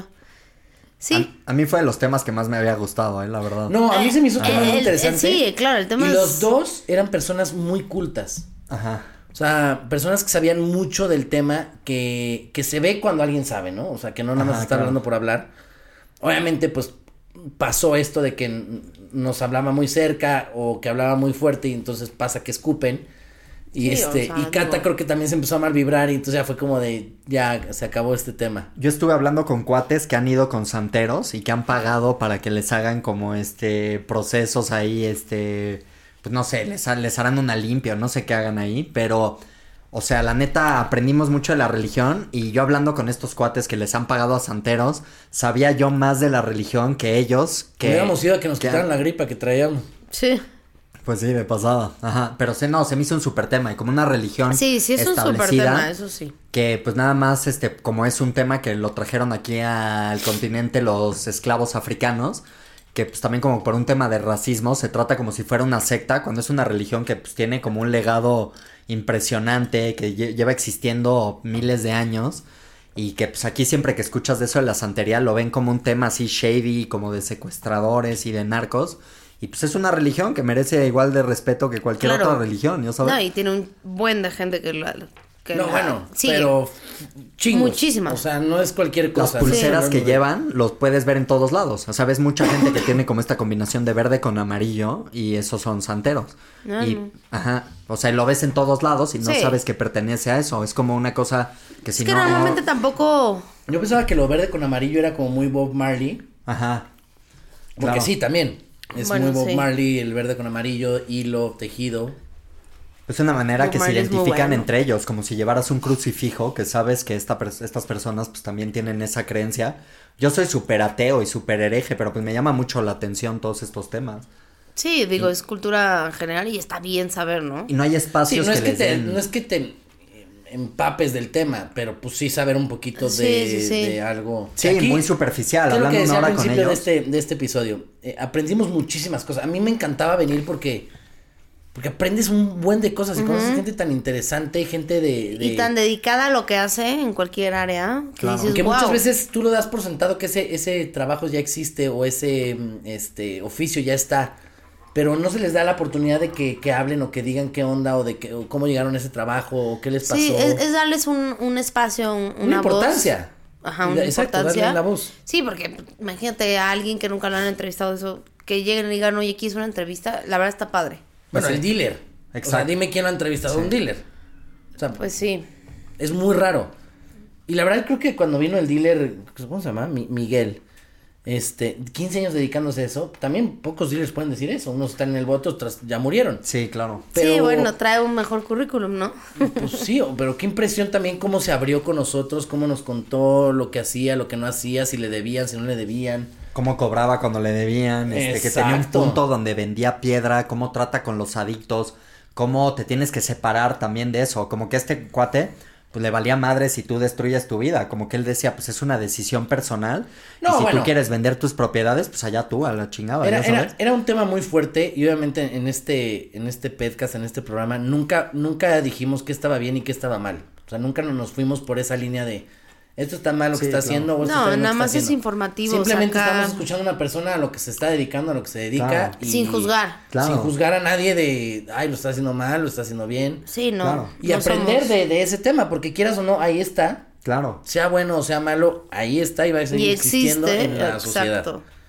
Speaker 4: Sí.
Speaker 5: A, a mí fue de los temas que más me había gustado, eh, la verdad.
Speaker 3: No, a mí se me hizo un
Speaker 4: Eh,
Speaker 3: tema muy
Speaker 4: el-
Speaker 3: interesante.
Speaker 4: sí, claro, el tema
Speaker 3: Y
Speaker 4: es-
Speaker 3: los dos eran personas muy cultas.
Speaker 5: Ajá.
Speaker 3: O sea, personas que sabían mucho del tema, que, que se ve cuando alguien sabe, ¿no? O sea, que no nada más
Speaker 5: Ajá,
Speaker 3: está
Speaker 5: claro.
Speaker 3: hablando por hablar. Obviamente, pues, pasó esto de que n- nos hablaba muy cerca o que hablaba muy fuerte y entonces pasa que escupen. Y
Speaker 4: Sí,
Speaker 3: este,
Speaker 4: o sea,
Speaker 3: y Cata
Speaker 4: digo-
Speaker 3: creo que también se empezó a mal vibrar y entonces ya fue como de, ya, se acabó este tema.
Speaker 5: Yo estuve hablando con cuates que han ido con santeros y que han pagado para que les hagan como este procesos ahí, este, pues no sé, les, ha- les harán una limpia o no sé qué hagan ahí, pero, o sea, la neta aprendimos mucho de la religión y yo hablando con estos cuates que les han pagado a santeros, sabía yo más de la religión que ellos, que...
Speaker 3: Hubiéramos ido a que nos
Speaker 5: que-
Speaker 3: quitaran la gripa que traíamos.
Speaker 4: Sí.
Speaker 5: Pues sí, de pasada, ajá, pero se, no, se me hizo un súper tema y como una religión
Speaker 4: Sí, sí, es un súper
Speaker 5: establecida,
Speaker 4: tema, eso sí.
Speaker 5: que pues nada más, este, como es un tema que lo trajeron aquí al continente los esclavos africanos, que pues también como por un tema de racismo se trata como si fuera una secta, cuando es una religión que pues tiene como un legado impresionante, que lle- lleva existiendo miles de años, y que pues aquí siempre que escuchas de eso de la santería lo ven como un tema así shady, como de secuestradores y de narcos, y pues es una religión que merece igual de respeto que cualquier
Speaker 4: Claro.
Speaker 5: otra religión, ¿ya sabes?
Speaker 4: No, y tiene un buen de gente que la... Que
Speaker 3: No,
Speaker 4: la
Speaker 3: bueno,
Speaker 4: sigue.
Speaker 3: pero chingos.
Speaker 4: Muchísimas.
Speaker 3: O sea, no es cualquier
Speaker 5: Las
Speaker 3: cosa.
Speaker 5: pulseras
Speaker 3: Sí.
Speaker 5: que llevan los puedes ver en todos lados. O sea, ves mucha gente que tiene como esta combinación de verde con amarillo y esos son santeros.
Speaker 4: Ah,
Speaker 5: y,
Speaker 4: no.
Speaker 5: ajá, o sea, lo ves en todos lados y no
Speaker 4: Sí.
Speaker 5: sabes que pertenece a eso. Es como una cosa que si
Speaker 4: Es que
Speaker 5: no...
Speaker 4: normalmente tampoco...
Speaker 3: Yo pensaba que lo verde con amarillo era como muy Bob Marley.
Speaker 5: Ajá.
Speaker 3: Porque
Speaker 5: Claro.
Speaker 3: sí, también. Es
Speaker 4: Bueno,
Speaker 3: muy Bob
Speaker 4: sí.
Speaker 3: Marley, el verde con amarillo, hilo, tejido.
Speaker 5: Es una manera
Speaker 4: Bob
Speaker 5: que se
Speaker 4: Marley es muy
Speaker 5: identifican
Speaker 4: bueno.
Speaker 5: entre ellos, como si llevaras un crucifijo, que sabes que esta pers- estas personas pues también tienen esa creencia. Yo soy súper ateo y súper hereje, pero pues me llama mucho la atención todos estos temas.
Speaker 4: Sí, digo, es cultura general y está bien saber, ¿no?
Speaker 5: Y no hay
Speaker 3: Sí,
Speaker 5: espacios
Speaker 3: no es
Speaker 5: que
Speaker 3: que
Speaker 5: les
Speaker 3: te,
Speaker 5: den...
Speaker 3: no es que te empapes del tema, pero pues sí saber un poquito
Speaker 4: Sí,
Speaker 3: de,
Speaker 4: sí, sí.
Speaker 3: de algo.
Speaker 5: Sí,
Speaker 3: Aquí,
Speaker 5: muy superficial,
Speaker 3: ¿qué es lo que
Speaker 5: hablando
Speaker 3: decía
Speaker 5: una
Speaker 3: al
Speaker 5: hora con
Speaker 3: principio de
Speaker 5: ellos.
Speaker 3: este, de este episodio? Eh, aprendimos muchísimas cosas. A mí me encantaba venir porque porque aprendes un buen de cosas y conoces gente tan interesante, gente de... de
Speaker 4: Y tan dedicada a lo que hace en cualquier área que
Speaker 5: Claro.
Speaker 4: dices,
Speaker 3: que
Speaker 4: wow.
Speaker 3: muchas veces tú lo das por sentado que ese, ese trabajo ya existe o ese mm, este oficio ya está, pero no se les da la oportunidad de que, que hablen o que digan qué onda o de que, o cómo llegaron a ese trabajo o qué les pasó.
Speaker 4: Sí, es, es darles un, un espacio, un- una,
Speaker 3: Una
Speaker 4: voz.
Speaker 3: importancia.
Speaker 4: Ajá, una
Speaker 3: Exacto, darle
Speaker 4: importancia.
Speaker 3: la voz.
Speaker 4: Sí, porque imagínate a alguien que nunca lo han entrevistado eso, que lleguen y digan, oye, aquí hice una entrevista, la verdad está padre.
Speaker 3: Bueno,
Speaker 5: Pues
Speaker 3: el
Speaker 5: sí.
Speaker 3: dealer. O sea,
Speaker 5: Exacto.
Speaker 3: dime quién lo ha entrevistado a un dealer. O sea,
Speaker 4: Pues sí.
Speaker 3: es muy raro. Y la verdad creo que cuando vino el dealer, ¿cómo se llama? Mi- Miguel. Este, quince años dedicándose a eso, también pocos dealers pueden decir eso. Unos están en el voto, otros ya murieron.
Speaker 5: Sí, claro.
Speaker 4: Sí,
Speaker 3: Pero-
Speaker 4: bueno, trae un mejor currículum, ¿no?
Speaker 3: Pues sí, o- pero qué impresión también cómo se abrió con nosotros, cómo nos contó lo que hacía, lo que no hacía, si le debían, si no le debían.
Speaker 5: Cómo cobraba cuando le debían, este, que tenía un
Speaker 3: Exacto.
Speaker 5: punto donde vendía piedra, cómo trata con los adictos, cómo te tienes que separar también de eso, como que este cuate, pues le valía madre si tú destruyes tu vida, como que él decía, pues es una decisión personal,
Speaker 3: No,
Speaker 5: y si
Speaker 3: bueno.
Speaker 5: tú quieres vender tus propiedades, pues allá tú, a la chingada,
Speaker 3: Era,
Speaker 5: ¿ya sabes?
Speaker 3: era, era un tema muy fuerte y obviamente en este, en este podcast, en este programa, nunca, nunca dijimos qué estaba bien y qué estaba mal. O sea, nunca nos fuimos por esa línea de esto está mal lo que
Speaker 5: Sí,
Speaker 3: está
Speaker 5: claro.
Speaker 3: haciendo o esto
Speaker 4: No,
Speaker 3: está bien lo
Speaker 4: nada
Speaker 3: que
Speaker 4: más
Speaker 3: está
Speaker 4: es
Speaker 3: haciendo.
Speaker 4: informativo,
Speaker 3: Simplemente
Speaker 4: sacar-
Speaker 3: estamos escuchando a una persona a lo que se está dedicando, a lo que se dedica.
Speaker 5: Claro.
Speaker 3: Y
Speaker 4: Sin juzgar.
Speaker 5: Claro.
Speaker 3: Sin juzgar a nadie de, ay, lo está haciendo mal, lo está haciendo bien.
Speaker 4: Sí, no.
Speaker 5: Claro.
Speaker 3: Y
Speaker 4: no
Speaker 3: aprender
Speaker 4: somos-
Speaker 3: de, de ese tema, porque quieras o no, ahí está.
Speaker 5: Claro.
Speaker 3: Sea bueno o sea malo, ahí está y va a seguir
Speaker 4: Y
Speaker 3: existiendo
Speaker 4: existe,
Speaker 3: en la sociedad.
Speaker 4: exacto.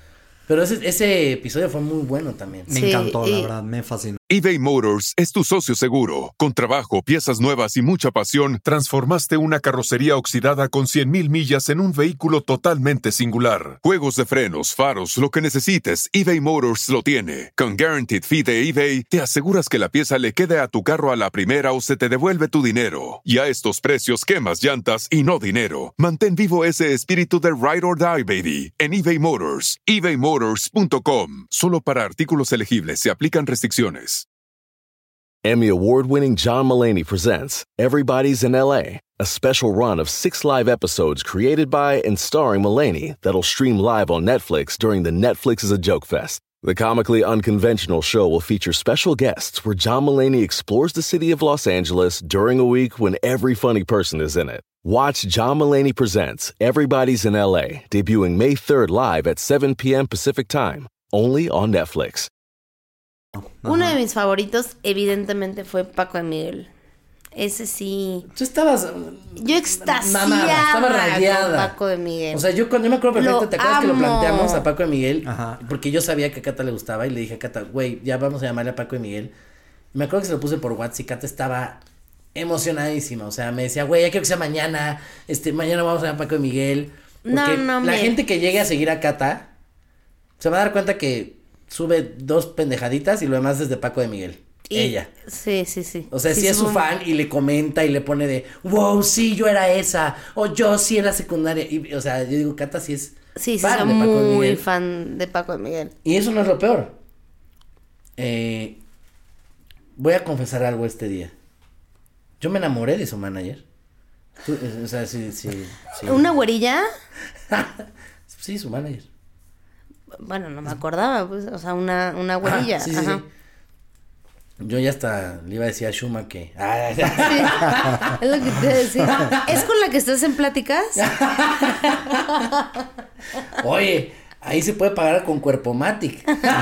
Speaker 3: Pero ese, ese episodio fue muy bueno también.
Speaker 5: Me
Speaker 4: Sí,
Speaker 5: encantó,
Speaker 4: y-
Speaker 5: la verdad, me fascinó.
Speaker 1: eBay Motors es tu socio seguro. Con trabajo, piezas nuevas y mucha pasión, transformaste una carrocería oxidada con cien mil millas en un vehículo totalmente singular. Juegos de frenos, faros, lo que necesites, eBay Motors lo tiene. Con Guaranteed Fee de eBay, te aseguras que la pieza le quede a tu carro a la primera o se te devuelve tu dinero. Y a estos precios, quemas llantas y no dinero. Mantén vivo ese espíritu de Ride or Die, baby, en eBay Motors. ebay motors punto com. Solo para artículos elegibles se aplican restricciones.
Speaker 2: Emmy award-winning John Mulaney presents Everybody's in L A, a special run of six live episodes created by and starring Mulaney that'll stream live on Netflix during the Netflix is a Joke Fest. The comically unconventional show will feature special guests where John Mulaney explores the city of Los Angeles during a week when every funny person is in it. Watch John Mulaney Presents Everybody's in L A, debuting May third live at seven p.m. Pacific Time, only on Netflix.
Speaker 4: Uno de mis favoritos, evidentemente, fue Paco de Miguel. Ese sí.
Speaker 3: Tú estabas...
Speaker 4: Yo extasiada
Speaker 3: mamada, estaba rayada.
Speaker 4: con Paco de Miguel.
Speaker 3: O sea, yo, cuando- yo me acuerdo perfecto,
Speaker 4: Lo
Speaker 3: ¿te acuerdas que lo
Speaker 4: amo.
Speaker 3: planteamos a Paco de Miguel?
Speaker 5: Ajá.
Speaker 3: Porque yo sabía que a Cata le gustaba y le dije a Cata, güey, ya vamos a llamarle a Paco de Miguel. Me acuerdo que se lo puse por WhatsApp y Cata estaba emocionadísima. O sea, me decía, güey, ya quiero que sea mañana. Este, mañana vamos a llamar a Paco de Miguel. Porque
Speaker 4: No, no,
Speaker 3: la
Speaker 4: me-
Speaker 3: gente que llegue a seguir a Cata se va a dar cuenta que sube dos pendejaditas y lo demás es de Paco de Miguel.
Speaker 4: Y-
Speaker 3: Ella.
Speaker 4: Sí, sí, sí.
Speaker 3: O sea, sí, es su
Speaker 4: subo-
Speaker 3: fan y le comenta y le pone de, wow, sí, yo era esa, o yo sí era secundaria. Y, o sea, yo digo, Cata sí es
Speaker 4: Sí, sí,
Speaker 3: fan
Speaker 4: soy
Speaker 3: de Paco de
Speaker 4: muy
Speaker 3: Miguel.
Speaker 4: fan de Paco de Miguel.
Speaker 3: Y eso no es lo peor. Eh, voy a confesar algo este día. Yo me enamoré de su manager. Tú, eh, o sea, sí, sí, sí.
Speaker 4: ¿Una güerilla?
Speaker 3: Sí, su manager.
Speaker 4: Bueno, no me acordaba, pues, o sea, una, una güerilla.
Speaker 3: Ajá, sí, sí,
Speaker 4: Ajá.
Speaker 3: sí. Yo ya hasta le iba a decir a Shuma que... Ah,
Speaker 4: Sí, es lo que te iba a decir. ¿Es con la que estás en pláticas?
Speaker 3: oye, ahí se puede pagar con Cuerpomatic.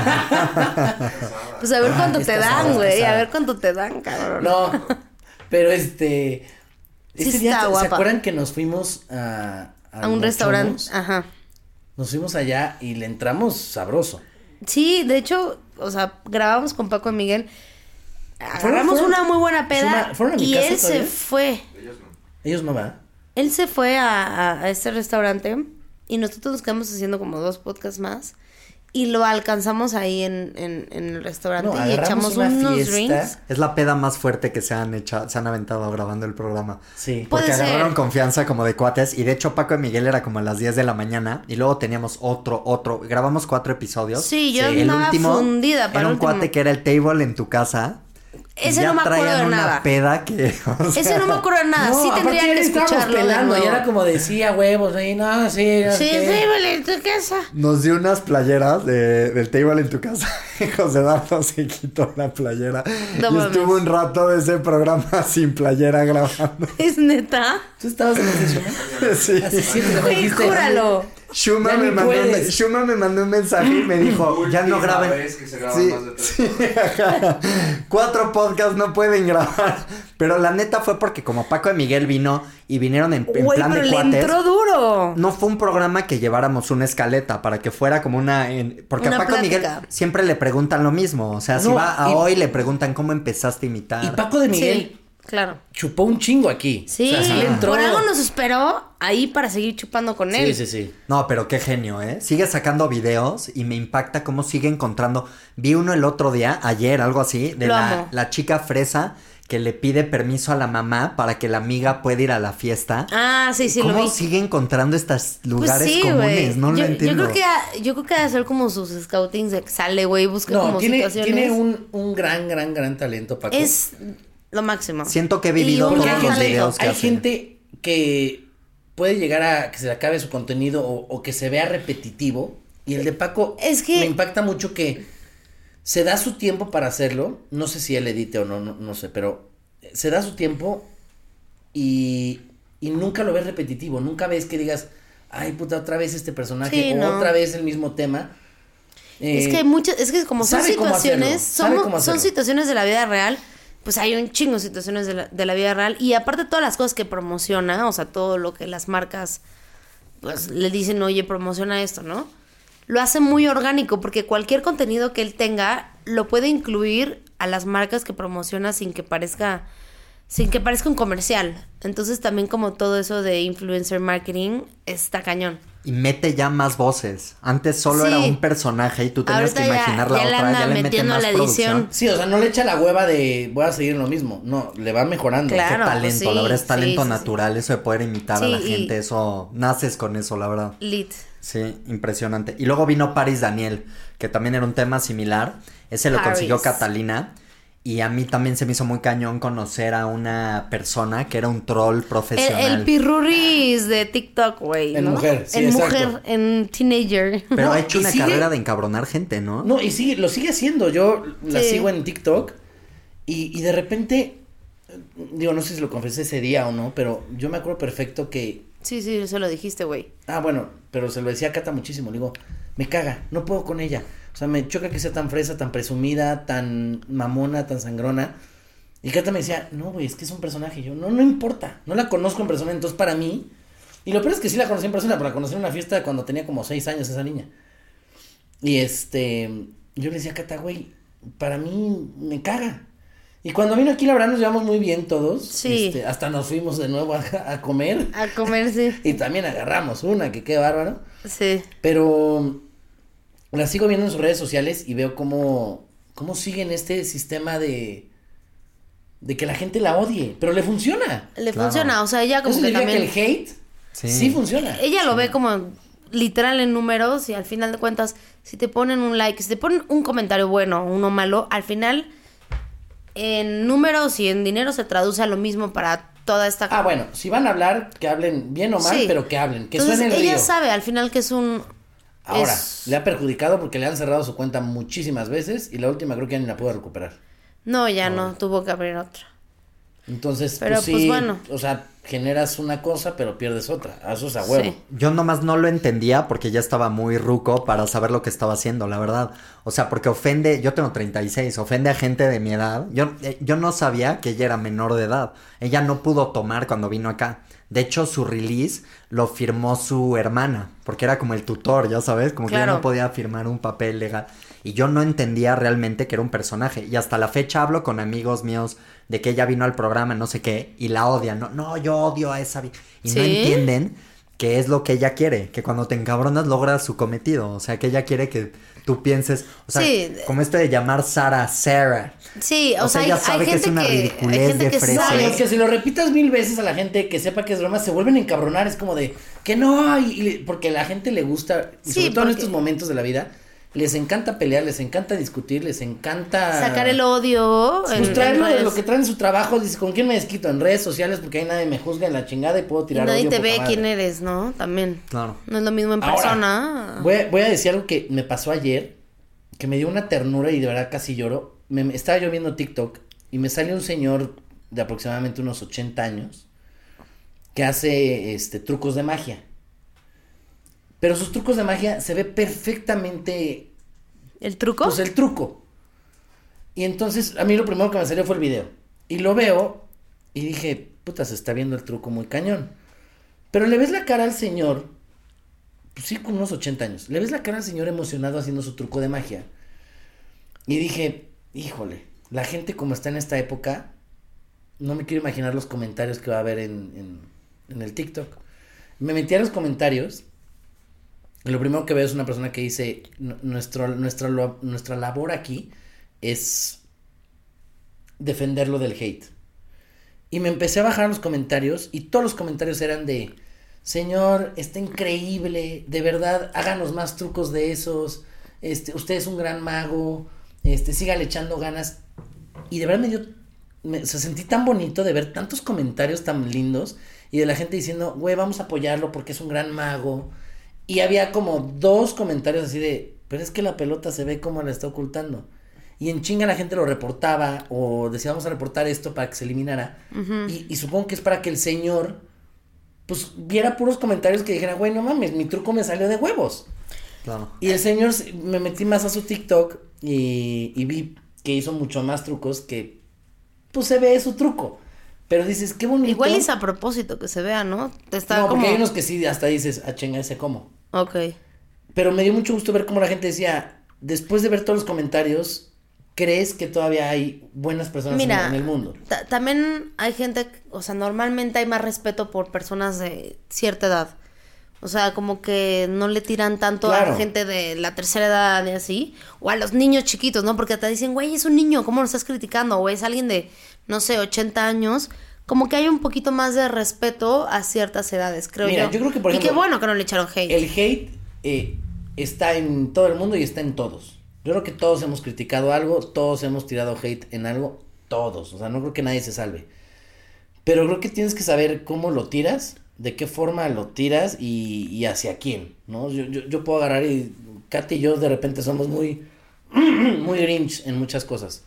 Speaker 4: Pues a ver cuánto
Speaker 3: es
Speaker 4: te
Speaker 3: casada,
Speaker 4: dan,
Speaker 3: es
Speaker 4: güey. A
Speaker 3: casada.
Speaker 4: ver cuánto te dan, cabrón.
Speaker 3: No, pero este...
Speaker 4: Sí
Speaker 3: Ese día,
Speaker 4: está
Speaker 3: ¿se
Speaker 4: guapa.
Speaker 3: acuerdan que nos fuimos a...
Speaker 4: A un restaurante. Ajá.
Speaker 3: Nos fuimos allá y le entramos sabroso.
Speaker 4: Sí, de hecho, o sea, grabamos con Paco de Miguel.
Speaker 3: ¿Fueron-
Speaker 4: Agarramos
Speaker 3: fueron-
Speaker 4: una muy buena peda.
Speaker 3: Shuma, ¿fueron a mi
Speaker 4: y
Speaker 3: casa
Speaker 4: él se
Speaker 3: todavía?
Speaker 4: fue.
Speaker 3: Ellos no van.
Speaker 4: Él se fue a, a, a este restaurante y nosotros nos quedamos haciendo como dos podcasts más y lo alcanzamos ahí en, en, en el restaurante
Speaker 3: No,
Speaker 4: y
Speaker 3: agarramos
Speaker 4: echamos
Speaker 3: una
Speaker 4: unos
Speaker 3: fiesta.
Speaker 4: drinks.
Speaker 5: Es la peda más fuerte que se han echado, se han aventado grabando el programa.
Speaker 3: Sí.
Speaker 4: Puede
Speaker 5: Porque
Speaker 4: ser.
Speaker 5: agarraron confianza como de cuates. Y de hecho, Paco de Miguel era como a las diez de la mañana. Y luego teníamos otro, otro. Grabamos cuatro episodios.
Speaker 4: Sí, yo
Speaker 5: el
Speaker 4: andaba
Speaker 5: último
Speaker 4: fundida para
Speaker 5: era
Speaker 4: el
Speaker 5: un
Speaker 4: último.
Speaker 5: cuate que era el table en tu casa. y
Speaker 4: Ese
Speaker 5: ya
Speaker 4: no me acuerdo
Speaker 5: traían
Speaker 4: de
Speaker 5: una
Speaker 4: nada.
Speaker 5: peda que. o sea,
Speaker 4: Ese no me acuerdo de nada.
Speaker 3: No,
Speaker 4: sí
Speaker 3: aparte
Speaker 4: tendría
Speaker 3: ya
Speaker 4: que
Speaker 3: le estábamos
Speaker 4: escucharlo de
Speaker 3: pelando,
Speaker 4: nuevo.
Speaker 3: y era como decía huevos, y no, sí, no sé
Speaker 4: Sí,
Speaker 3: qué.
Speaker 4: sí, vale, ¿tu casa?
Speaker 5: Nos dio unas playeras de, del table en tu casa. Y José Eduardo se quitó la playera.
Speaker 4: No
Speaker 5: y
Speaker 4: mames.
Speaker 5: estuvo un rato de ese programa sin playera grabando.
Speaker 4: ¿Es neta?
Speaker 3: ¿Tú estabas en ese show?
Speaker 5: Sí.
Speaker 3: Así siempre me
Speaker 4: Güey,
Speaker 3: dijiste.
Speaker 4: júralo.
Speaker 5: Shuma
Speaker 3: Ya
Speaker 5: me,
Speaker 3: ni
Speaker 5: mandó un,
Speaker 3: puedes.
Speaker 5: Shuma me mandó un mensaje y me dijo, ya no
Speaker 6: Última
Speaker 5: graben.
Speaker 6: vez que se graban
Speaker 5: Sí,
Speaker 6: más de tres
Speaker 5: sí, ajá. Cuatro podcasts no pueden grabar. Pero la neta fue porque como Paco de Miguel vino y vinieron en, en
Speaker 4: Güey,
Speaker 5: plan
Speaker 4: pero
Speaker 5: de
Speaker 4: le
Speaker 5: cuates.
Speaker 4: entró duro.
Speaker 5: No fue un programa que lleváramos una escaleta para que fuera como una... en- porque
Speaker 4: Una
Speaker 5: a Paco de Miguel
Speaker 4: plática.
Speaker 5: siempre le preguntan lo mismo. O sea, si
Speaker 3: No,
Speaker 5: va a
Speaker 3: y-
Speaker 5: hoy le preguntan cómo empezaste a imitar.
Speaker 3: Y Paco de Miguel
Speaker 4: Sí, claro.
Speaker 3: chupó un chingo aquí.
Speaker 4: Sí,
Speaker 3: O sea, sí le entró.
Speaker 4: por algo nos esperó ahí para seguir chupando con él.
Speaker 3: Sí, sí, sí.
Speaker 5: No, pero qué genio, ¿eh? Sigue sacando videos y me impacta cómo sigue encontrando. Vi uno el otro día, ayer, algo así, de
Speaker 4: Lo
Speaker 5: la,
Speaker 4: amo.
Speaker 5: la chica fresa que le pide permiso a la mamá para que la amiga pueda ir a la fiesta.
Speaker 4: Ah, sí, sí, lo
Speaker 5: ¿Cómo
Speaker 4: vi.
Speaker 5: sigue encontrando estos lugares
Speaker 4: Pues sí,
Speaker 5: comunes?
Speaker 4: güey.
Speaker 5: No
Speaker 4: yo,
Speaker 5: lo entiendo.
Speaker 4: Yo creo que ha- yo creo que ha de hacer como sus scoutings de que sale, güey, busca
Speaker 3: No,
Speaker 4: como
Speaker 3: tiene,
Speaker 4: situaciones.
Speaker 3: tiene un, un gran, gran, gran talento, Paco.
Speaker 4: Es lo máximo.
Speaker 5: Siento que he vivido
Speaker 4: Y un
Speaker 5: todos
Speaker 4: gran
Speaker 5: los
Speaker 4: talento.
Speaker 5: videos que
Speaker 3: Hay
Speaker 5: hace.
Speaker 3: gente que puede llegar a que se le acabe su contenido o, o que se vea repetitivo. Y el de Paco
Speaker 4: Es que-
Speaker 3: me impacta mucho que se da su tiempo para hacerlo. No sé si él edite o no, no, no sé, pero se da su tiempo y, y nunca lo ves repetitivo. Nunca ves que digas, ay puta, otra vez este personaje,
Speaker 4: Sí,
Speaker 3: o
Speaker 4: no.
Speaker 3: otra vez el mismo tema.
Speaker 4: Es
Speaker 3: Eh,
Speaker 4: que hay muchas, es que como son
Speaker 3: sabe cómo
Speaker 4: situaciones,
Speaker 3: hacerlo, sabe
Speaker 4: somos-
Speaker 3: cómo
Speaker 4: son
Speaker 3: hacerlo.
Speaker 4: situaciones de la vida real, pues hay un chingo de situaciones de la, de la vida real y aparte todas las cosas que promociona, o sea, todo lo que las marcas pues le dicen, oye, promociona esto, ¿no? lo hace muy orgánico porque cualquier contenido que él tenga lo puede incluir a las marcas que promociona sin que parezca sin que parezca un comercial. Entonces también como todo eso de influencer marketing está cañón.
Speaker 5: Y mete ya más voces. Antes solo
Speaker 4: Sí.
Speaker 5: era un personaje y tú tenías
Speaker 4: Ahorita
Speaker 5: que
Speaker 4: ya-
Speaker 5: imaginar la
Speaker 4: ya le
Speaker 5: otra,
Speaker 4: anda
Speaker 5: ya le mete
Speaker 4: metiendo
Speaker 5: más
Speaker 4: la
Speaker 5: producción.
Speaker 4: edición.
Speaker 3: Sí, o sea, no le echa la hueva de voy a seguir en lo mismo. No, le va mejorando.
Speaker 4: Claro.
Speaker 5: Qué talento,
Speaker 4: pues
Speaker 5: la
Speaker 4: sí,
Speaker 5: verdad es talento
Speaker 4: sí, sí,
Speaker 5: natural, eso de poder imitar a
Speaker 4: Sí,
Speaker 5: la
Speaker 4: y-
Speaker 5: gente, eso, naces con eso, la verdad.
Speaker 4: Lit.
Speaker 5: Sí, impresionante. Y luego vino Paris Daniel, que también era un tema similar. Ese lo
Speaker 4: Paris.
Speaker 5: consiguió Catalina. Y a mí también se me hizo muy cañón conocer a una persona que era un troll
Speaker 4: El,
Speaker 5: profesional.
Speaker 4: el pirurris de TikTok, güey.
Speaker 3: En
Speaker 4: ¿no?
Speaker 3: mujer, sí,
Speaker 4: En
Speaker 3: exacto.
Speaker 4: mujer, en teenager.
Speaker 5: Pero
Speaker 3: No,
Speaker 5: ha hecho
Speaker 3: y
Speaker 5: una
Speaker 3: sigue-
Speaker 5: carrera de encabronar gente, ¿no?
Speaker 3: No, y sigue, lo sigue haciendo. Yo la
Speaker 4: Sí.
Speaker 3: sigo en TikTok y, y de repente, digo, no sé si lo confesé ese día o no, pero yo me acuerdo perfecto que,
Speaker 4: Sí, sí, eso lo dijiste, güey.
Speaker 3: ah, bueno, pero se lo decía a Cata muchísimo. Le digo, me caga, no puedo con ella. O sea, me choca que sea tan fresa, tan presumida, tan mamona, tan sangrona. Y Cata me decía, no, güey, es que es un personaje. Y yo, no, no importa, no la conozco en persona, entonces para mí. Y lo peor es que sí la conocí en persona, pero la conocí en una fiesta cuando tenía como seis años esa niña. Y este, yo le decía a Cata, güey, para mí me caga. Y cuando vino aquí, la verdad, nos llevamos muy bien todos.
Speaker 4: Sí.
Speaker 3: Este, hasta nos fuimos de nuevo a, a comer.
Speaker 4: A comer, sí.
Speaker 3: Y también agarramos una, que qué bárbaro.
Speaker 4: Sí.
Speaker 3: Pero la sigo viendo en sus redes sociales y veo cómo, cómo siguen este sistema de, de que la gente la odie. Pero le funciona.
Speaker 4: Le
Speaker 5: Claro.
Speaker 4: funciona, o sea, ella como
Speaker 3: Eso
Speaker 4: que
Speaker 3: significa
Speaker 4: también...
Speaker 3: que el hate
Speaker 5: Sí.
Speaker 3: sí, funciona.
Speaker 4: Ella lo ve como literal en números y al final de cuentas, si te ponen un like, si te ponen un comentario bueno o uno malo, al final en números y en dinero se traduce a lo mismo para toda esta...
Speaker 3: Ah, bueno, si van a hablar, que hablen bien o mal,
Speaker 4: Sí.
Speaker 3: pero que hablen, que
Speaker 4: Entonces
Speaker 3: suene el
Speaker 4: ella
Speaker 3: río.
Speaker 4: sabe al final que es un...
Speaker 3: Ahora,
Speaker 4: es-
Speaker 3: le ha perjudicado porque le han cerrado su cuenta muchísimas veces y la última creo que ya ni la pudo recuperar.
Speaker 4: No, ya no, tuvo que abrir otra.
Speaker 3: Entonces,
Speaker 4: Pero,
Speaker 3: pues sí,
Speaker 4: pues, bueno.
Speaker 3: o sea, generas una cosa pero pierdes otra. A eso es a huevo.
Speaker 4: Sí.
Speaker 5: Yo nomás no lo entendía porque ya estaba muy ruco para saber lo que estaba haciendo, la verdad. O sea, porque ofende, yo tengo treinta y seis, ofende a gente de mi edad. Yo, eh, yo no sabía que ella era menor de edad. Ella no pudo tomar cuando vino acá. De hecho, su release lo firmó su hermana, porque era como el tutor, ya sabes, como que
Speaker 4: Claro.
Speaker 5: ya no podía firmar un papel legal. Y yo no entendía realmente que era un personaje. Y hasta la fecha hablo con amigos míos de que ella vino al programa, no sé qué, y la odian. No, no, yo odio a esa... vi-". Y no
Speaker 4: ¿Sí?
Speaker 5: entienden que es lo que ella quiere, que cuando te encabronas logras su cometido. O sea, que ella quiere que tú pienses... O sea,
Speaker 4: Sí.
Speaker 5: como esto de llamar Sara, Sarah.
Speaker 4: Sí, o,
Speaker 5: O sea,
Speaker 4: sea,
Speaker 5: ella
Speaker 4: hay,
Speaker 5: sabe
Speaker 4: hay
Speaker 5: que es
Speaker 4: gente
Speaker 5: una
Speaker 4: que... Hay
Speaker 5: ridiculez
Speaker 4: gente
Speaker 5: de
Speaker 4: que
Speaker 5: fresa.
Speaker 3: No, y
Speaker 4: sabe...
Speaker 3: es que si lo repitas mil veces a la gente que sepa que es broma, se vuelven a encabronar. Es como de que no, y, y- porque a la gente le gusta, y
Speaker 4: Sí,
Speaker 3: sobre todo en
Speaker 4: porque-
Speaker 3: estos momentos de la vida, les encanta pelear, les encanta discutir, les encanta
Speaker 4: Sacar el odio en,
Speaker 3: Pues
Speaker 4: en
Speaker 3: traerlo de
Speaker 4: redes.
Speaker 3: lo que traen en su trabajo. Dice, ¿con quién me desquito? En redes sociales, porque ahí nadie me juzga en la chingada y puedo
Speaker 4: Y
Speaker 3: tirar
Speaker 4: nadie
Speaker 3: odio
Speaker 4: te
Speaker 3: poca
Speaker 4: ve
Speaker 3: madre.
Speaker 4: quién eres, ¿no? También.
Speaker 5: Claro.
Speaker 4: No es lo mismo en
Speaker 3: Ahora,
Speaker 4: persona.
Speaker 3: Voy a, voy a decir algo que me pasó ayer, que me dio una ternura y de verdad casi lloro. Me, me- estaba yo viendo TikTok y me sale un señor de aproximadamente unos ochenta años que hace este trucos de magia. Pero sus trucos de magia se ve perfectamente
Speaker 4: ¿El truco?
Speaker 3: pues el truco. Y entonces a mí lo primero que me salió fue el video. Y lo veo y dije, puta, se está viendo el truco muy cañón. Pero le ves la cara al señor, pues sí, con unos ochenta años. Le ves la cara al señor emocionado haciendo su truco de magia. Y dije, híjole, la gente como está en esta época, no me quiero imaginar los comentarios que va a haber en, en, en el TikTok. Me metí a los comentarios. Y lo primero que veo es una persona que dice, "Nu- nuestro, nuestra, lo- nuestra labor aquí es defenderlo del hate. Y me empecé a bajar los comentarios y todos los comentarios eran de, señor, está increíble, de verdad, háganos más trucos de esos, este, usted es un gran mago, este, sígale echando ganas. Y de verdad me dio, me, se sentí tan bonito de ver tantos comentarios tan lindos y de la gente diciendo, güey, vamos a apoyarlo porque es un gran mago. Y había como dos comentarios así de, pero es que la pelota se ve como la está ocultando. Y en chinga la gente lo reportaba o decía, vamos a reportar esto para que se eliminara. y, y supongo que es para que el señor, pues, viera puros comentarios que dijera, güey, no mames, mi truco me salió de huevos.
Speaker 5: Claro.
Speaker 3: Y el señor, se- me metí más a su TikTok y, y vi que hizo mucho más trucos que, pues, se ve su truco. Pero dices, qué bonito.
Speaker 4: Igual es a propósito que se vea, ¿no? Te está
Speaker 3: No,
Speaker 4: como...
Speaker 3: porque hay unos que sí, hasta dices, ah, chinga, ese cómo.
Speaker 4: Ok.
Speaker 3: Pero me dio mucho gusto ver cómo la gente decía, después de ver todos los comentarios, ¿crees que todavía hay buenas personas
Speaker 4: Mira,
Speaker 3: en, en el mundo?
Speaker 4: ta- también hay gente, o sea, normalmente hay más respeto por personas de cierta edad. O sea, como que no le tiran tanto
Speaker 3: Claro.
Speaker 4: a gente de la tercera edad y así. O a los niños chiquitos, ¿no? Porque te dicen, güey, es un niño, ¿cómo lo estás criticando? O es alguien de, no sé, ochenta años. Como que hay un poquito más de respeto a ciertas edades, creo
Speaker 3: Mira,
Speaker 4: yo.
Speaker 3: yo creo que, por
Speaker 4: y
Speaker 3: ejemplo,
Speaker 4: qué bueno que no le echaron hate.
Speaker 3: El hate eh, está en todo el mundo y está en todos. Yo creo que todos hemos criticado algo, todos hemos tirado hate en algo, todos. O sea, no creo que nadie se salve. Pero creo que tienes que saber cómo lo tiras, de qué forma lo tiras y, y hacia quién, ¿no? Yo, yo, yo puedo agarrar y Katy y yo de repente somos muy, muy grinch en muchas cosas.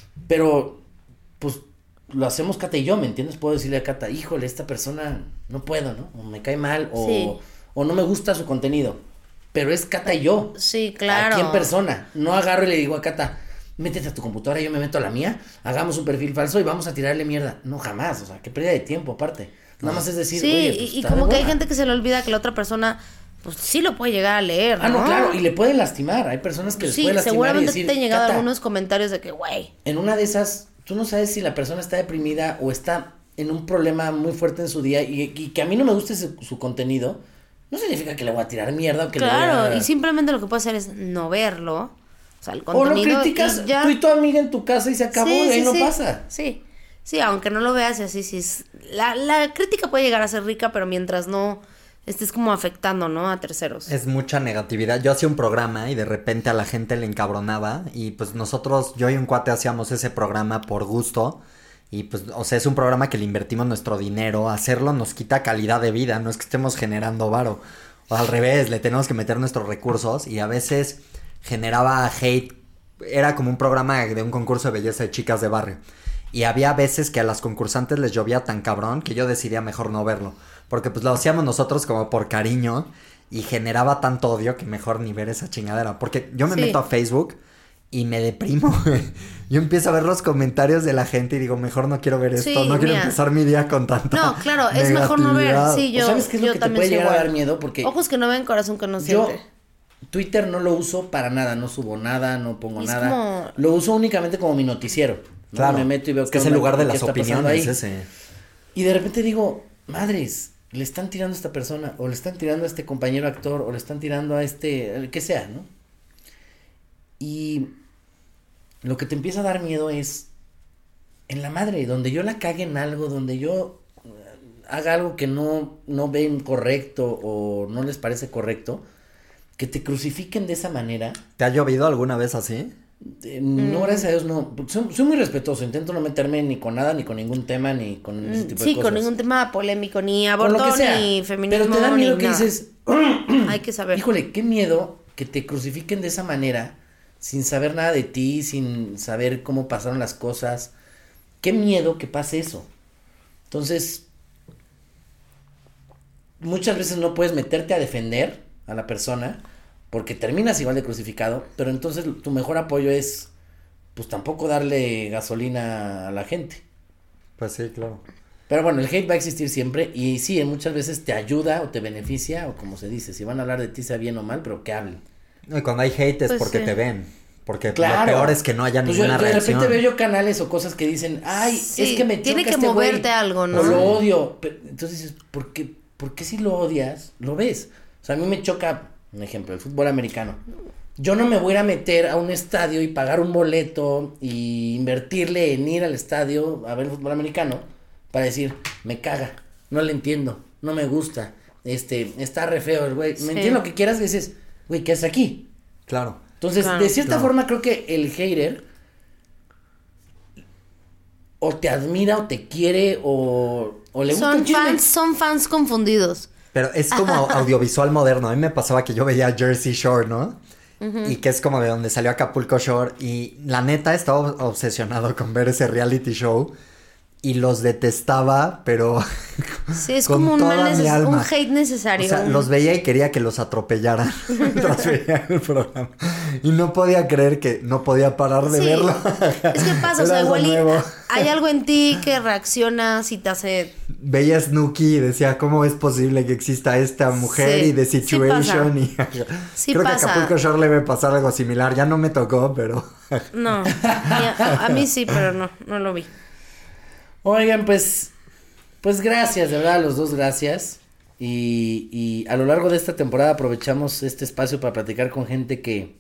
Speaker 3: Pero, pues, lo hacemos Cata y yo, ¿me entiendes? Puedo decirle a Cata, híjole, esta persona no puedo, ¿no? O me cae mal, o,
Speaker 4: Sí.
Speaker 3: o no me gusta su contenido. Pero es Cata y yo.
Speaker 4: Sí, claro.
Speaker 3: Aquí en persona. No agarro y le digo a Cata, métete a tu computadora, yo me meto a la mía, hagamos un perfil falso y vamos a tirarle mierda. No, jamás, o sea, qué pérdida de tiempo, aparte. Nada más es decir,
Speaker 4: Sí,
Speaker 3: oye,
Speaker 4: y-
Speaker 3: pues,
Speaker 4: y,
Speaker 3: está
Speaker 4: como
Speaker 3: de
Speaker 4: que hay
Speaker 3: hueva.
Speaker 4: gente que se le olvida que la otra persona, pues sí lo puede llegar a leer,
Speaker 3: Ah, no,
Speaker 4: ¿no?
Speaker 3: claro, y le puede lastimar. Hay personas que les
Speaker 4: Sí,
Speaker 3: puede lastimar y
Speaker 4: seguramente
Speaker 3: decir,
Speaker 4: te han llegado
Speaker 3: "Cata,
Speaker 4: algunos comentarios de que, güey,
Speaker 3: en una de esas, tú no sabes si la persona está deprimida o está en un problema muy fuerte en su día y, y que a mí no me guste su, su contenido, no significa que le voy a tirar mierda o que le
Speaker 4: claro,
Speaker 3: voy a...
Speaker 4: y simplemente lo que puede hacer es no verlo, o sea, el
Speaker 3: O lo
Speaker 4: contenido
Speaker 3: criticas
Speaker 4: y ya.
Speaker 3: tú y tu amiga en tu casa y se acabó
Speaker 4: Sí,
Speaker 3: y ahí
Speaker 4: sí,
Speaker 3: no
Speaker 4: sí.
Speaker 3: pasa.
Speaker 4: Sí, sí, aunque no lo veas y así, sí. es- La, la crítica puede llegar a ser rica, pero mientras no estés como afectando, ¿no? A terceros.
Speaker 5: Es mucha negatividad. Yo hacía un programa y de repente a la gente le encabronaba y pues nosotros, yo y un cuate hacíamos ese programa por gusto y pues, o sea, es un programa que le invertimos nuestro dinero. Hacerlo nos quita calidad de vida, no es que estemos generando varo. O al revés, le tenemos que meter nuestros recursos y a veces generaba hate. Era como un programa de un concurso de belleza de chicas de barrio. Y había veces que a las concursantes les llovía tan cabrón que yo decidía mejor no verlo. Porque pues lo hacíamos nosotros como por cariño y generaba tanto odio que mejor ni ver esa chingadera. Porque yo me
Speaker 4: Sí.
Speaker 5: meto a Facebook y me deprimo. Yo empiezo a ver los comentarios de la gente y digo, mejor no quiero ver esto.
Speaker 4: Sí,
Speaker 5: no quiero
Speaker 4: mira.
Speaker 5: empezar mi día con tanta
Speaker 4: No, claro, es mejor no ver.
Speaker 5: negatividad.
Speaker 4: Sí, yo,
Speaker 3: ¿O sabes qué es lo
Speaker 4: yo
Speaker 3: que te
Speaker 4: también
Speaker 3: puede
Speaker 4: soy
Speaker 3: llegar a
Speaker 4: igual.
Speaker 3: dar miedo? Porque
Speaker 4: Ojos que no ven, corazón que no
Speaker 3: yo
Speaker 4: siente.
Speaker 3: Twitter no lo uso para nada, no subo nada, no pongo
Speaker 4: Es
Speaker 3: nada.
Speaker 4: como-
Speaker 3: Lo uso únicamente como mi noticiero. ¿no?
Speaker 5: Claro,
Speaker 3: Me meto y veo
Speaker 5: es
Speaker 3: qué
Speaker 5: que es el
Speaker 3: onda,
Speaker 5: lugar de
Speaker 3: qué
Speaker 5: las
Speaker 3: está pasando
Speaker 5: opiniones
Speaker 3: ahí.
Speaker 5: ese.
Speaker 3: Y de repente digo, madres, le están tirando a esta persona, o le están tirando a este compañero actor, o le están tirando a este, el que sea, ¿no? Y lo que te empieza a dar miedo es, en la madre, donde yo la cague en algo, donde yo eh, haga algo que no, no ven correcto o no les parece correcto, que te crucifiquen de esa manera.
Speaker 5: ¿Te ha llovido alguna vez así?
Speaker 3: Eh, no, gracias a Dios, no. Soy, soy muy respetuoso, intento no meterme ni con nada, ni con ningún tema, ni con ese tipo de
Speaker 4: Sí,
Speaker 3: cosas.
Speaker 4: con ningún tema polémico, ni
Speaker 3: Con lo
Speaker 4: aborto,
Speaker 3: que sea.
Speaker 4: ni feminismo,
Speaker 3: Pero te da miedo
Speaker 4: ni
Speaker 3: que
Speaker 4: nada.
Speaker 3: dices,
Speaker 4: Hay que saber.
Speaker 3: híjole, qué miedo que te crucifiquen de esa manera, sin saber nada de ti, sin saber cómo pasaron las cosas. Qué miedo que pase eso. Entonces, muchas veces no puedes meterte a defender a la persona, porque terminas igual de crucificado, pero entonces tu mejor apoyo es, pues tampoco darle gasolina a la gente.
Speaker 5: Pues sí, claro.
Speaker 3: Pero bueno, el hate va a existir siempre y sí, muchas veces te ayuda o te beneficia, o como se dice, si van a hablar de ti sea bien o mal, pero que hablen.
Speaker 5: No, y cuando hay hate es
Speaker 4: Pues
Speaker 5: porque
Speaker 4: sí.
Speaker 5: te ven. Porque
Speaker 3: Claro.
Speaker 5: lo peor es que no haya
Speaker 3: Pues yo,
Speaker 5: ninguna
Speaker 3: de
Speaker 5: reacción.
Speaker 3: repente veo yo canales o cosas que dicen, ay,
Speaker 4: Sí,
Speaker 3: es que me
Speaker 4: tiene
Speaker 3: choca
Speaker 4: que
Speaker 3: este güey,
Speaker 4: moverte algo, ¿no?
Speaker 3: o lo odio. Pero, entonces dices, ¿por qué, ¿por qué si lo odias, lo ves? O sea, a mí me choca, un ejemplo, el fútbol americano. Yo no me voy a ir a meter a un estadio y pagar un boleto y invertirle en ir al estadio a ver el fútbol americano para decir, me caga, no le entiendo, no me gusta, este, está re feo el güey. ¿Me
Speaker 4: Sí.
Speaker 3: entiendes lo que quieras? Dices, güey, ¿qué haces aquí?
Speaker 5: Claro.
Speaker 3: Entonces,
Speaker 4: Claro.
Speaker 3: de cierta
Speaker 5: Claro.
Speaker 3: forma creo que el hater o te admira o te quiere o, o le gusta el
Speaker 4: Son
Speaker 3: chisme.
Speaker 4: fans, son fans confundidos.
Speaker 5: Pero es como audiovisual moderno. A mí me pasaba que yo veía Jersey Shore, ¿no? Y que es como de donde salió Acapulco Shore. Y la neta estaba obsesionado con ver ese reality show. Y los detestaba, pero
Speaker 4: Sí, es
Speaker 5: con
Speaker 4: como un,
Speaker 5: toda
Speaker 4: mal
Speaker 5: mi
Speaker 4: neces-
Speaker 5: alma.
Speaker 4: un hate
Speaker 5: O
Speaker 4: necesario.
Speaker 5: sea,
Speaker 4: un-
Speaker 5: los veía y quería que los atropellaran mientras veía el programa. Y no podía creer que no podía parar de
Speaker 4: Sí.
Speaker 5: verlo.
Speaker 4: Es que pasa, o
Speaker 5: Era
Speaker 4: sea,
Speaker 5: algo
Speaker 4: igual y
Speaker 5: nuevo.
Speaker 4: hay algo en ti que reacciona si te hace
Speaker 5: veía Snooki y decía, ¿cómo es posible que exista esta mujer?
Speaker 4: Sí,
Speaker 5: Y The
Speaker 4: sí
Speaker 5: Situation. y
Speaker 4: Sí
Speaker 5: Creo
Speaker 4: pasa.
Speaker 5: que a Acapulco Shore le debe pasar algo similar. Ya no me tocó, pero...
Speaker 4: No, a, a mí sí, pero no, no lo vi.
Speaker 3: Oigan, pues, pues gracias, de verdad, a los dos gracias. Y, y a lo largo de esta temporada aprovechamos este espacio para platicar con gente que,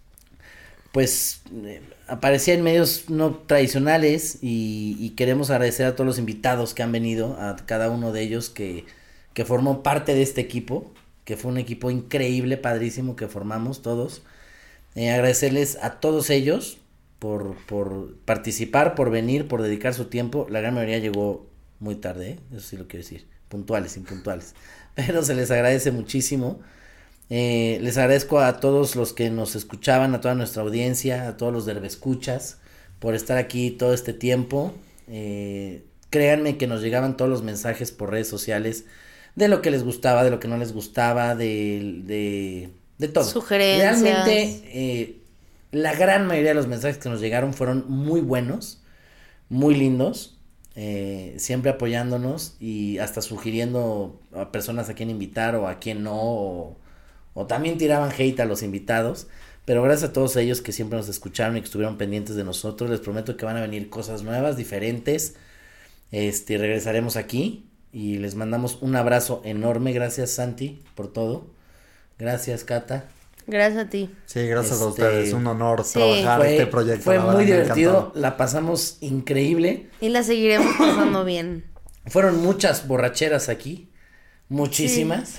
Speaker 3: pues, eh, aparecía en medios no tradicionales y, y queremos agradecer a todos los invitados que han venido, a cada uno de ellos que, que formó parte de este equipo, que fue un equipo increíble, padrísimo que formamos todos. Eh, agradecerles a todos ellos por, por participar, por venir, por dedicar su tiempo. La gran mayoría llegó muy tarde, ¿eh? Eso sí lo quiero decir, puntuales, impuntuales, pero se les agradece muchísimo. Eh, les agradezco a todos los que nos escuchaban, a toda nuestra audiencia, a todos los derbescuchas, por estar aquí todo este tiempo. Eh, créanme que nos llegaban todos los mensajes por redes sociales de lo que les gustaba, de lo que no les gustaba, de, de, de todo.
Speaker 4: Sugerencias.
Speaker 3: Realmente, eh, la gran mayoría de los mensajes que nos llegaron fueron muy buenos, muy lindos, eh, siempre apoyándonos y hasta sugiriendo a personas a quién invitar o a quién no, o, o también tiraban hate a los invitados, pero gracias a todos ellos que siempre nos escucharon y que estuvieron pendientes de nosotros. Les prometo que van a venir cosas nuevas, diferentes, este, regresaremos aquí y les mandamos un abrazo enorme. Gracias, Santi, por todo. Gracias, Cata.
Speaker 4: Gracias a ti.
Speaker 5: Sí, gracias a
Speaker 3: Este,
Speaker 5: ustedes. Un honor
Speaker 4: sí.
Speaker 5: trabajar
Speaker 3: Fue,
Speaker 5: este proyecto.
Speaker 3: fue
Speaker 5: la verdad,
Speaker 3: muy
Speaker 5: me
Speaker 3: divertido,
Speaker 5: encantó.
Speaker 3: la pasamos increíble.
Speaker 4: Y la seguiremos pasando bien.
Speaker 3: Fueron muchas borracheras aquí, muchísimas.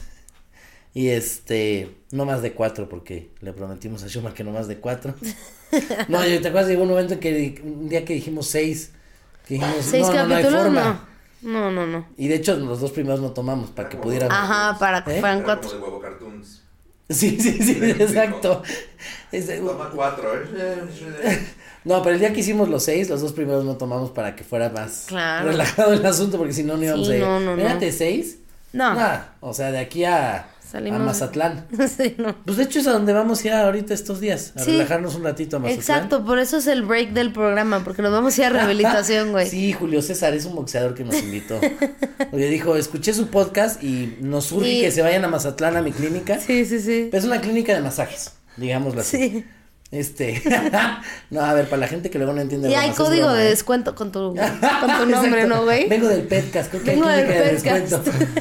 Speaker 3: Y este, no más de cuatro, porque le prometimos a Shuma que no más de cuatro. No, yo te acuerdas, llegó un momento en que un día que dijimos seis, que dijimos,
Speaker 4: ¿Seis
Speaker 3: no, no, no hay
Speaker 4: capítulos?
Speaker 3: forma.
Speaker 4: No. No, no, no.
Speaker 3: Y de hecho los dos primeros no tomamos para que pudieran.
Speaker 4: Ajá, para que
Speaker 3: ¿Eh?
Speaker 4: fueran
Speaker 6: Era
Speaker 4: cuatro.
Speaker 6: como de huevo cartoons.
Speaker 3: Sí, sí, sí,
Speaker 6: Sí,
Speaker 3: exacto. Ese-
Speaker 6: Toma cuatro, ¿eh?
Speaker 3: No, pero el día que hicimos los seis, los dos primeros no tomamos para que fuera más
Speaker 4: Claro.
Speaker 3: relajado el asunto, porque si no, no íbamos
Speaker 4: Sí,
Speaker 3: a ir.
Speaker 4: no, no, no.
Speaker 3: Fíjate, seis.
Speaker 4: No.
Speaker 3: Nada, o sea, de aquí a,
Speaker 4: Salimos-
Speaker 3: a Mazatlán.
Speaker 4: Sí, no.
Speaker 3: Pues de hecho es a donde vamos a ir ahorita estos días, a
Speaker 4: Sí.
Speaker 3: relajarnos un ratito a Mazatlán.
Speaker 4: Exacto, por eso es el break del programa, porque nos vamos a ir a rehabilitación, güey.
Speaker 3: Sí, Julio César es un boxeador que nos invitó. Oye, dijo, escuché su podcast y nos surge
Speaker 4: Sí.
Speaker 3: que se vayan a Mazatlán a mi clínica.
Speaker 4: Sí, sí, sí.
Speaker 3: Es una clínica de masajes, digámoslo así.
Speaker 4: Sí.
Speaker 3: Este, no, a ver, para la gente que luego no entiende
Speaker 4: Y hay
Speaker 3: bromas, es
Speaker 4: código
Speaker 3: broma,
Speaker 4: de
Speaker 3: ¿eh?
Speaker 4: descuento con tu, con tu nombre,
Speaker 3: Exacto.
Speaker 4: ¿no, güey?
Speaker 3: Vengo del Petcast, creo que
Speaker 4: Vengo
Speaker 3: hay
Speaker 4: del
Speaker 3: clínica de
Speaker 4: Petcast.
Speaker 3: descuento.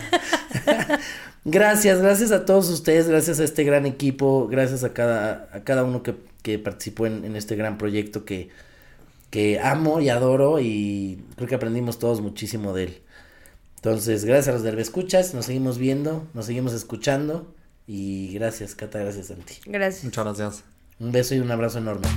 Speaker 3: Gracias, gracias a todos ustedes, gracias a este gran equipo, gracias a cada, a cada uno que, que participó en, en este gran proyecto que, que amo y adoro y creo que aprendimos todos muchísimo de él. Entonces, gracias a los derbescuchas, nos seguimos viendo, nos seguimos escuchando y gracias, Cata, gracias, Santi.
Speaker 4: Gracias.
Speaker 5: Muchas gracias.
Speaker 3: Un beso y un abrazo enorme.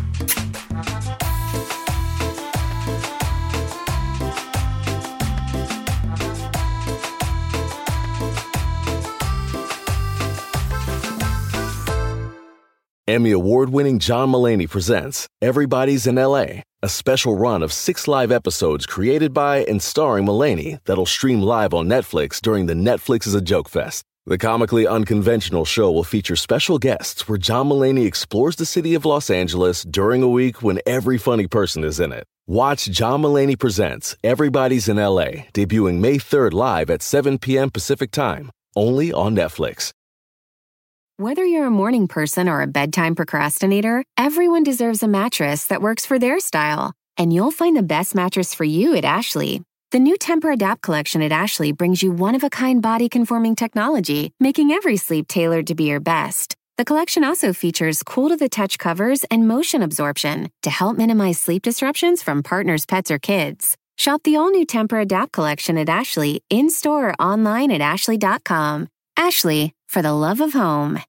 Speaker 2: Emmy award-winning John Mulaney presents Everybody's in L A, a special run of six live episodes created by and starring Mulaney that'll stream live on Netflix during the Netflix is a Joke Fest. The comically unconventional show will feature special guests where John Mulaney explores the city of Los Angeles during a week when every funny person is in it. Watch John Mulaney Presents Everybody's in L A, debuting May third live at seven p.m. Pacific Time, only on Netflix.
Speaker 7: Whether you're a morning person or a bedtime procrastinator, everyone deserves a mattress that works for their style. And you'll find the best mattress for you at Ashley. The new Temper-Adapt collection at Ashley brings you one-of-a-kind body-conforming technology, making every sleep tailored to be your best. The collection also features cool-to-the-touch covers and motion absorption to help minimize sleep disruptions from partners, pets, or kids. Shop the all-new Temper-Adapt collection at Ashley, in-store or online at ashley dot com. Ashley, for the love of home.